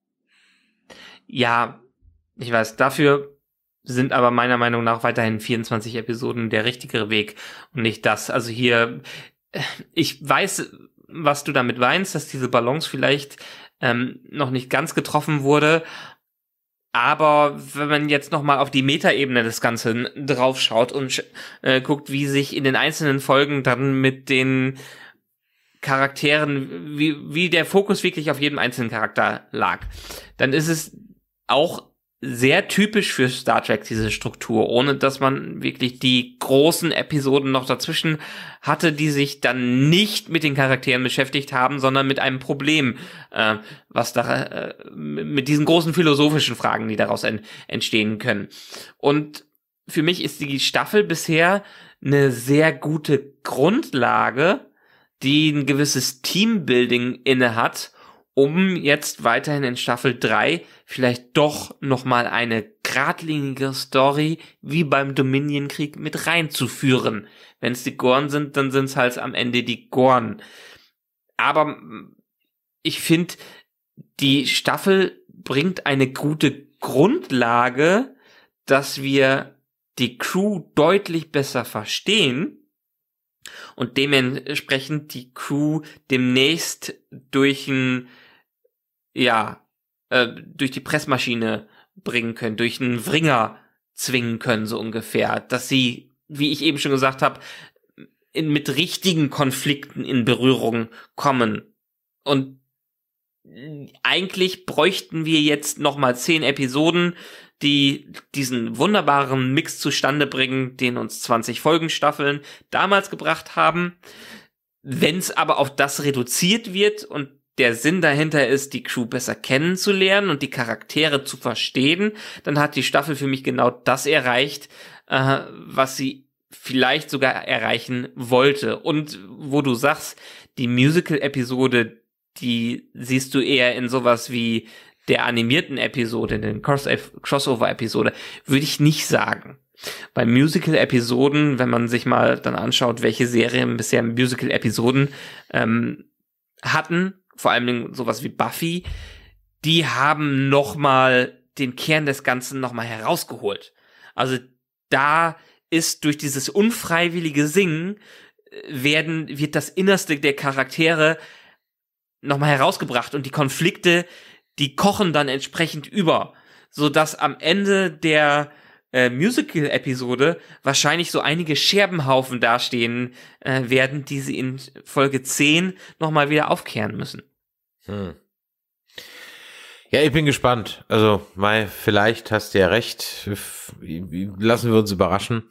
Ja, ich weiß, dafür sind aber meiner Meinung nach weiterhin 24 Episoden der richtigere Weg und nicht das. Also hier, ich weiß, was du damit meinst, dass diese Balance vielleicht noch nicht ganz getroffen wurde, aber wenn man jetzt nochmal auf die Metaebene des Ganzen draufschaut und guckt, wie sich in den einzelnen Folgen dann mit den Charakteren, wie der Fokus wirklich auf jedem einzelnen Charakter lag, dann ist es auch sehr typisch für Star Trek, diese Struktur, ohne dass man wirklich die großen Episoden noch dazwischen hatte, die sich dann nicht mit den Charakteren beschäftigt haben, sondern mit einem Problem, was da mit diesen großen philosophischen Fragen, die daraus entstehen können. Und für mich ist die Staffel bisher eine sehr gute Grundlage, die ein gewisses Teambuilding inne hat, um jetzt weiterhin in Staffel 3 vielleicht doch nochmal eine geradlinige Story wie beim Dominion-Krieg mit reinzuführen. Wenn es die Gorn sind, dann sind es halt am Ende die Gorn. Aber ich finde, die Staffel bringt eine gute Grundlage, dass wir die Crew deutlich besser verstehen und dementsprechend die Crew demnächst durch die Pressmaschine bringen können, durch einen Wringer zwingen können, so ungefähr, dass sie, wie ich eben schon gesagt habe, mit richtigen Konflikten in Berührung kommen. Und eigentlich bräuchten wir jetzt nochmal 10 Episoden, die diesen wunderbaren Mix zustande bringen, den uns 20 Folgenstaffeln damals gebracht haben. Wenn es aber auf das reduziert wird und der Sinn dahinter ist, die Crew besser kennenzulernen und die Charaktere zu verstehen, dann hat die Staffel für mich genau das erreicht, was sie vielleicht sogar erreichen wollte. Und wo du sagst, die Musical-Episode, die siehst du eher in sowas wie der animierten Episode, in den Crossover-Episode, würde ich nicht sagen. Bei Musical-Episoden, wenn man sich mal dann anschaut, welche Serien bisher Musical-Episoden hatten, vor allem sowas wie Buffy, die haben nochmal den Kern des Ganzen nochmal herausgeholt. Also da ist durch dieses unfreiwillige Singen wird das Innerste der Charaktere nochmal herausgebracht und die Konflikte, die kochen dann entsprechend über, sodass am Ende der Musical-Episode wahrscheinlich so einige Scherbenhaufen dastehen werden, die sie in Folge 10 nochmal wieder aufkehren müssen. Ja, ich bin gespannt. Also, vielleicht hast du ja recht. Lassen wir uns überraschen.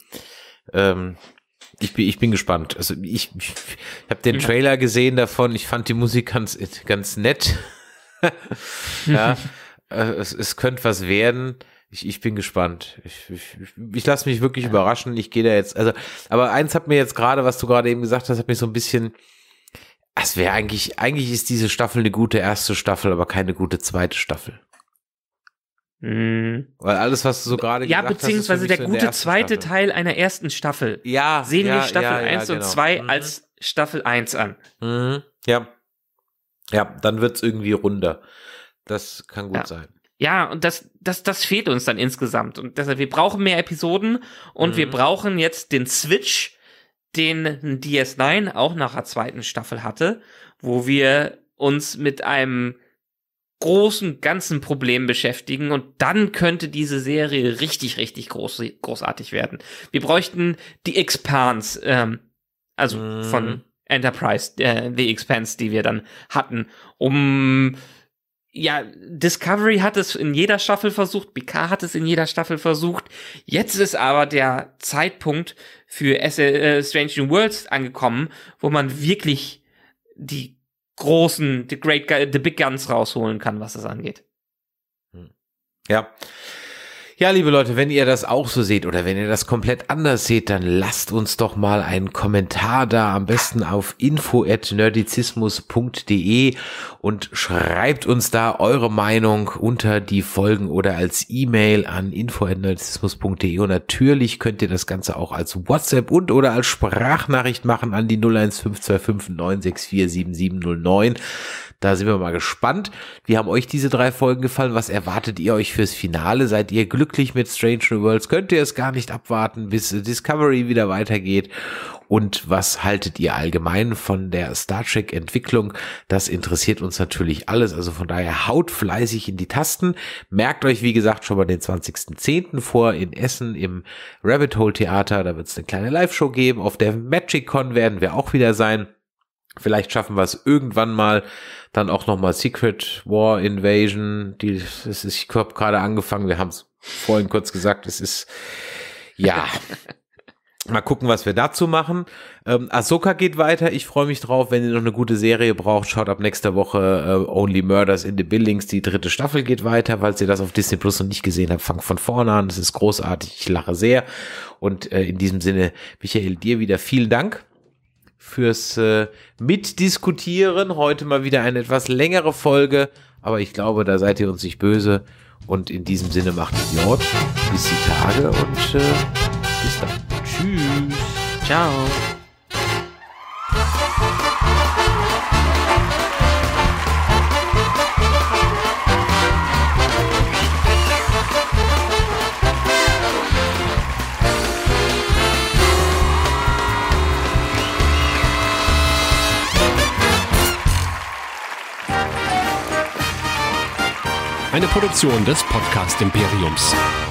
Ich bin gespannt. Also, ich habe den Trailer gesehen davon. Ich fand die Musik ganz nett. Ja, es könnte was werden. Ich bin gespannt. Ich lasse mich wirklich überraschen. Ich gehe da jetzt, aber eins hat mir jetzt gerade, was du gerade eben gesagt hast, hat mich so ein bisschen, es wäre eigentlich ist diese Staffel eine gute erste Staffel, aber keine gute zweite Staffel. Weil alles, was du so gerade gesagt hast, beziehungsweise der gute zweite Teil einer ersten Staffel. Ja. Sehen wir Staffel 1 und 2 als Staffel 1 an. Ja. Ja, dann wird's irgendwie runder. Das kann gut sein. Ja, und das fehlt uns dann insgesamt. Und deshalb, wir brauchen mehr Episoden und wir brauchen jetzt den Switch, den DS9 auch nach der zweiten Staffel hatte, wo wir uns mit einem großen, ganzen Problem beschäftigen und dann könnte diese Serie richtig, richtig großartig werden. Wir bräuchten die Expanse, von Enterprise, The Expanse, die wir dann hatten, Discovery hat es in jeder Staffel versucht, Picard hat es in jeder Staffel versucht. Jetzt ist aber der Zeitpunkt für Strange New Worlds angekommen, wo man wirklich die großen, the big guns rausholen kann, was das angeht. Ja. Ja, liebe Leute, wenn ihr das auch so seht oder wenn ihr das komplett anders seht, dann lasst uns doch mal einen Kommentar da, am besten auf info@nerdizismus.de und schreibt uns da eure Meinung unter die Folgen oder als E-Mail an info@nerdizismus.de und natürlich könnt ihr das Ganze auch als WhatsApp und oder als Sprachnachricht machen an die 01525 964 7709. Da sind wir mal gespannt. Wie haben euch diese 3 Folgen gefallen? Was erwartet ihr euch fürs Finale? Seid ihr glücklich mit Strange New Worlds? Könnt ihr es gar nicht abwarten, bis Discovery wieder weitergeht? Und was haltet ihr allgemein von der Star Trek Entwicklung? Das interessiert uns natürlich alles. Also von daher haut fleißig in die Tasten. Merkt euch, wie gesagt, schon mal den 20.10. vor in Essen im Rabbit Hole Theater. Da wird es eine kleine Live-Show geben. Auf der MagicCon werden wir auch wieder sein. Vielleicht schaffen wir es irgendwann mal, dann auch nochmal Secret War Invasion, ich habe gerade angefangen, wir haben es vorhin kurz gesagt, es ist, ja, mal gucken, was wir dazu machen. Ahsoka geht weiter, ich freue mich drauf, wenn ihr noch eine gute Serie braucht, schaut ab nächster Woche Only Murders in the Buildings, die 3. Staffel geht weiter, falls ihr das auf Disney Plus noch nicht gesehen habt, fangt von vorne an, das ist großartig, ich lache sehr und in diesem Sinne, Michael, dir wieder vielen Dank fürs Mitdiskutieren. Heute mal wieder eine etwas längere Folge, aber ich glaube, da seid ihr uns nicht böse. Und in diesem Sinne macht Idiot. Bis die Tage und bis dann. Tschüss. Ciao. Eine Produktion des Podcast Imperiums.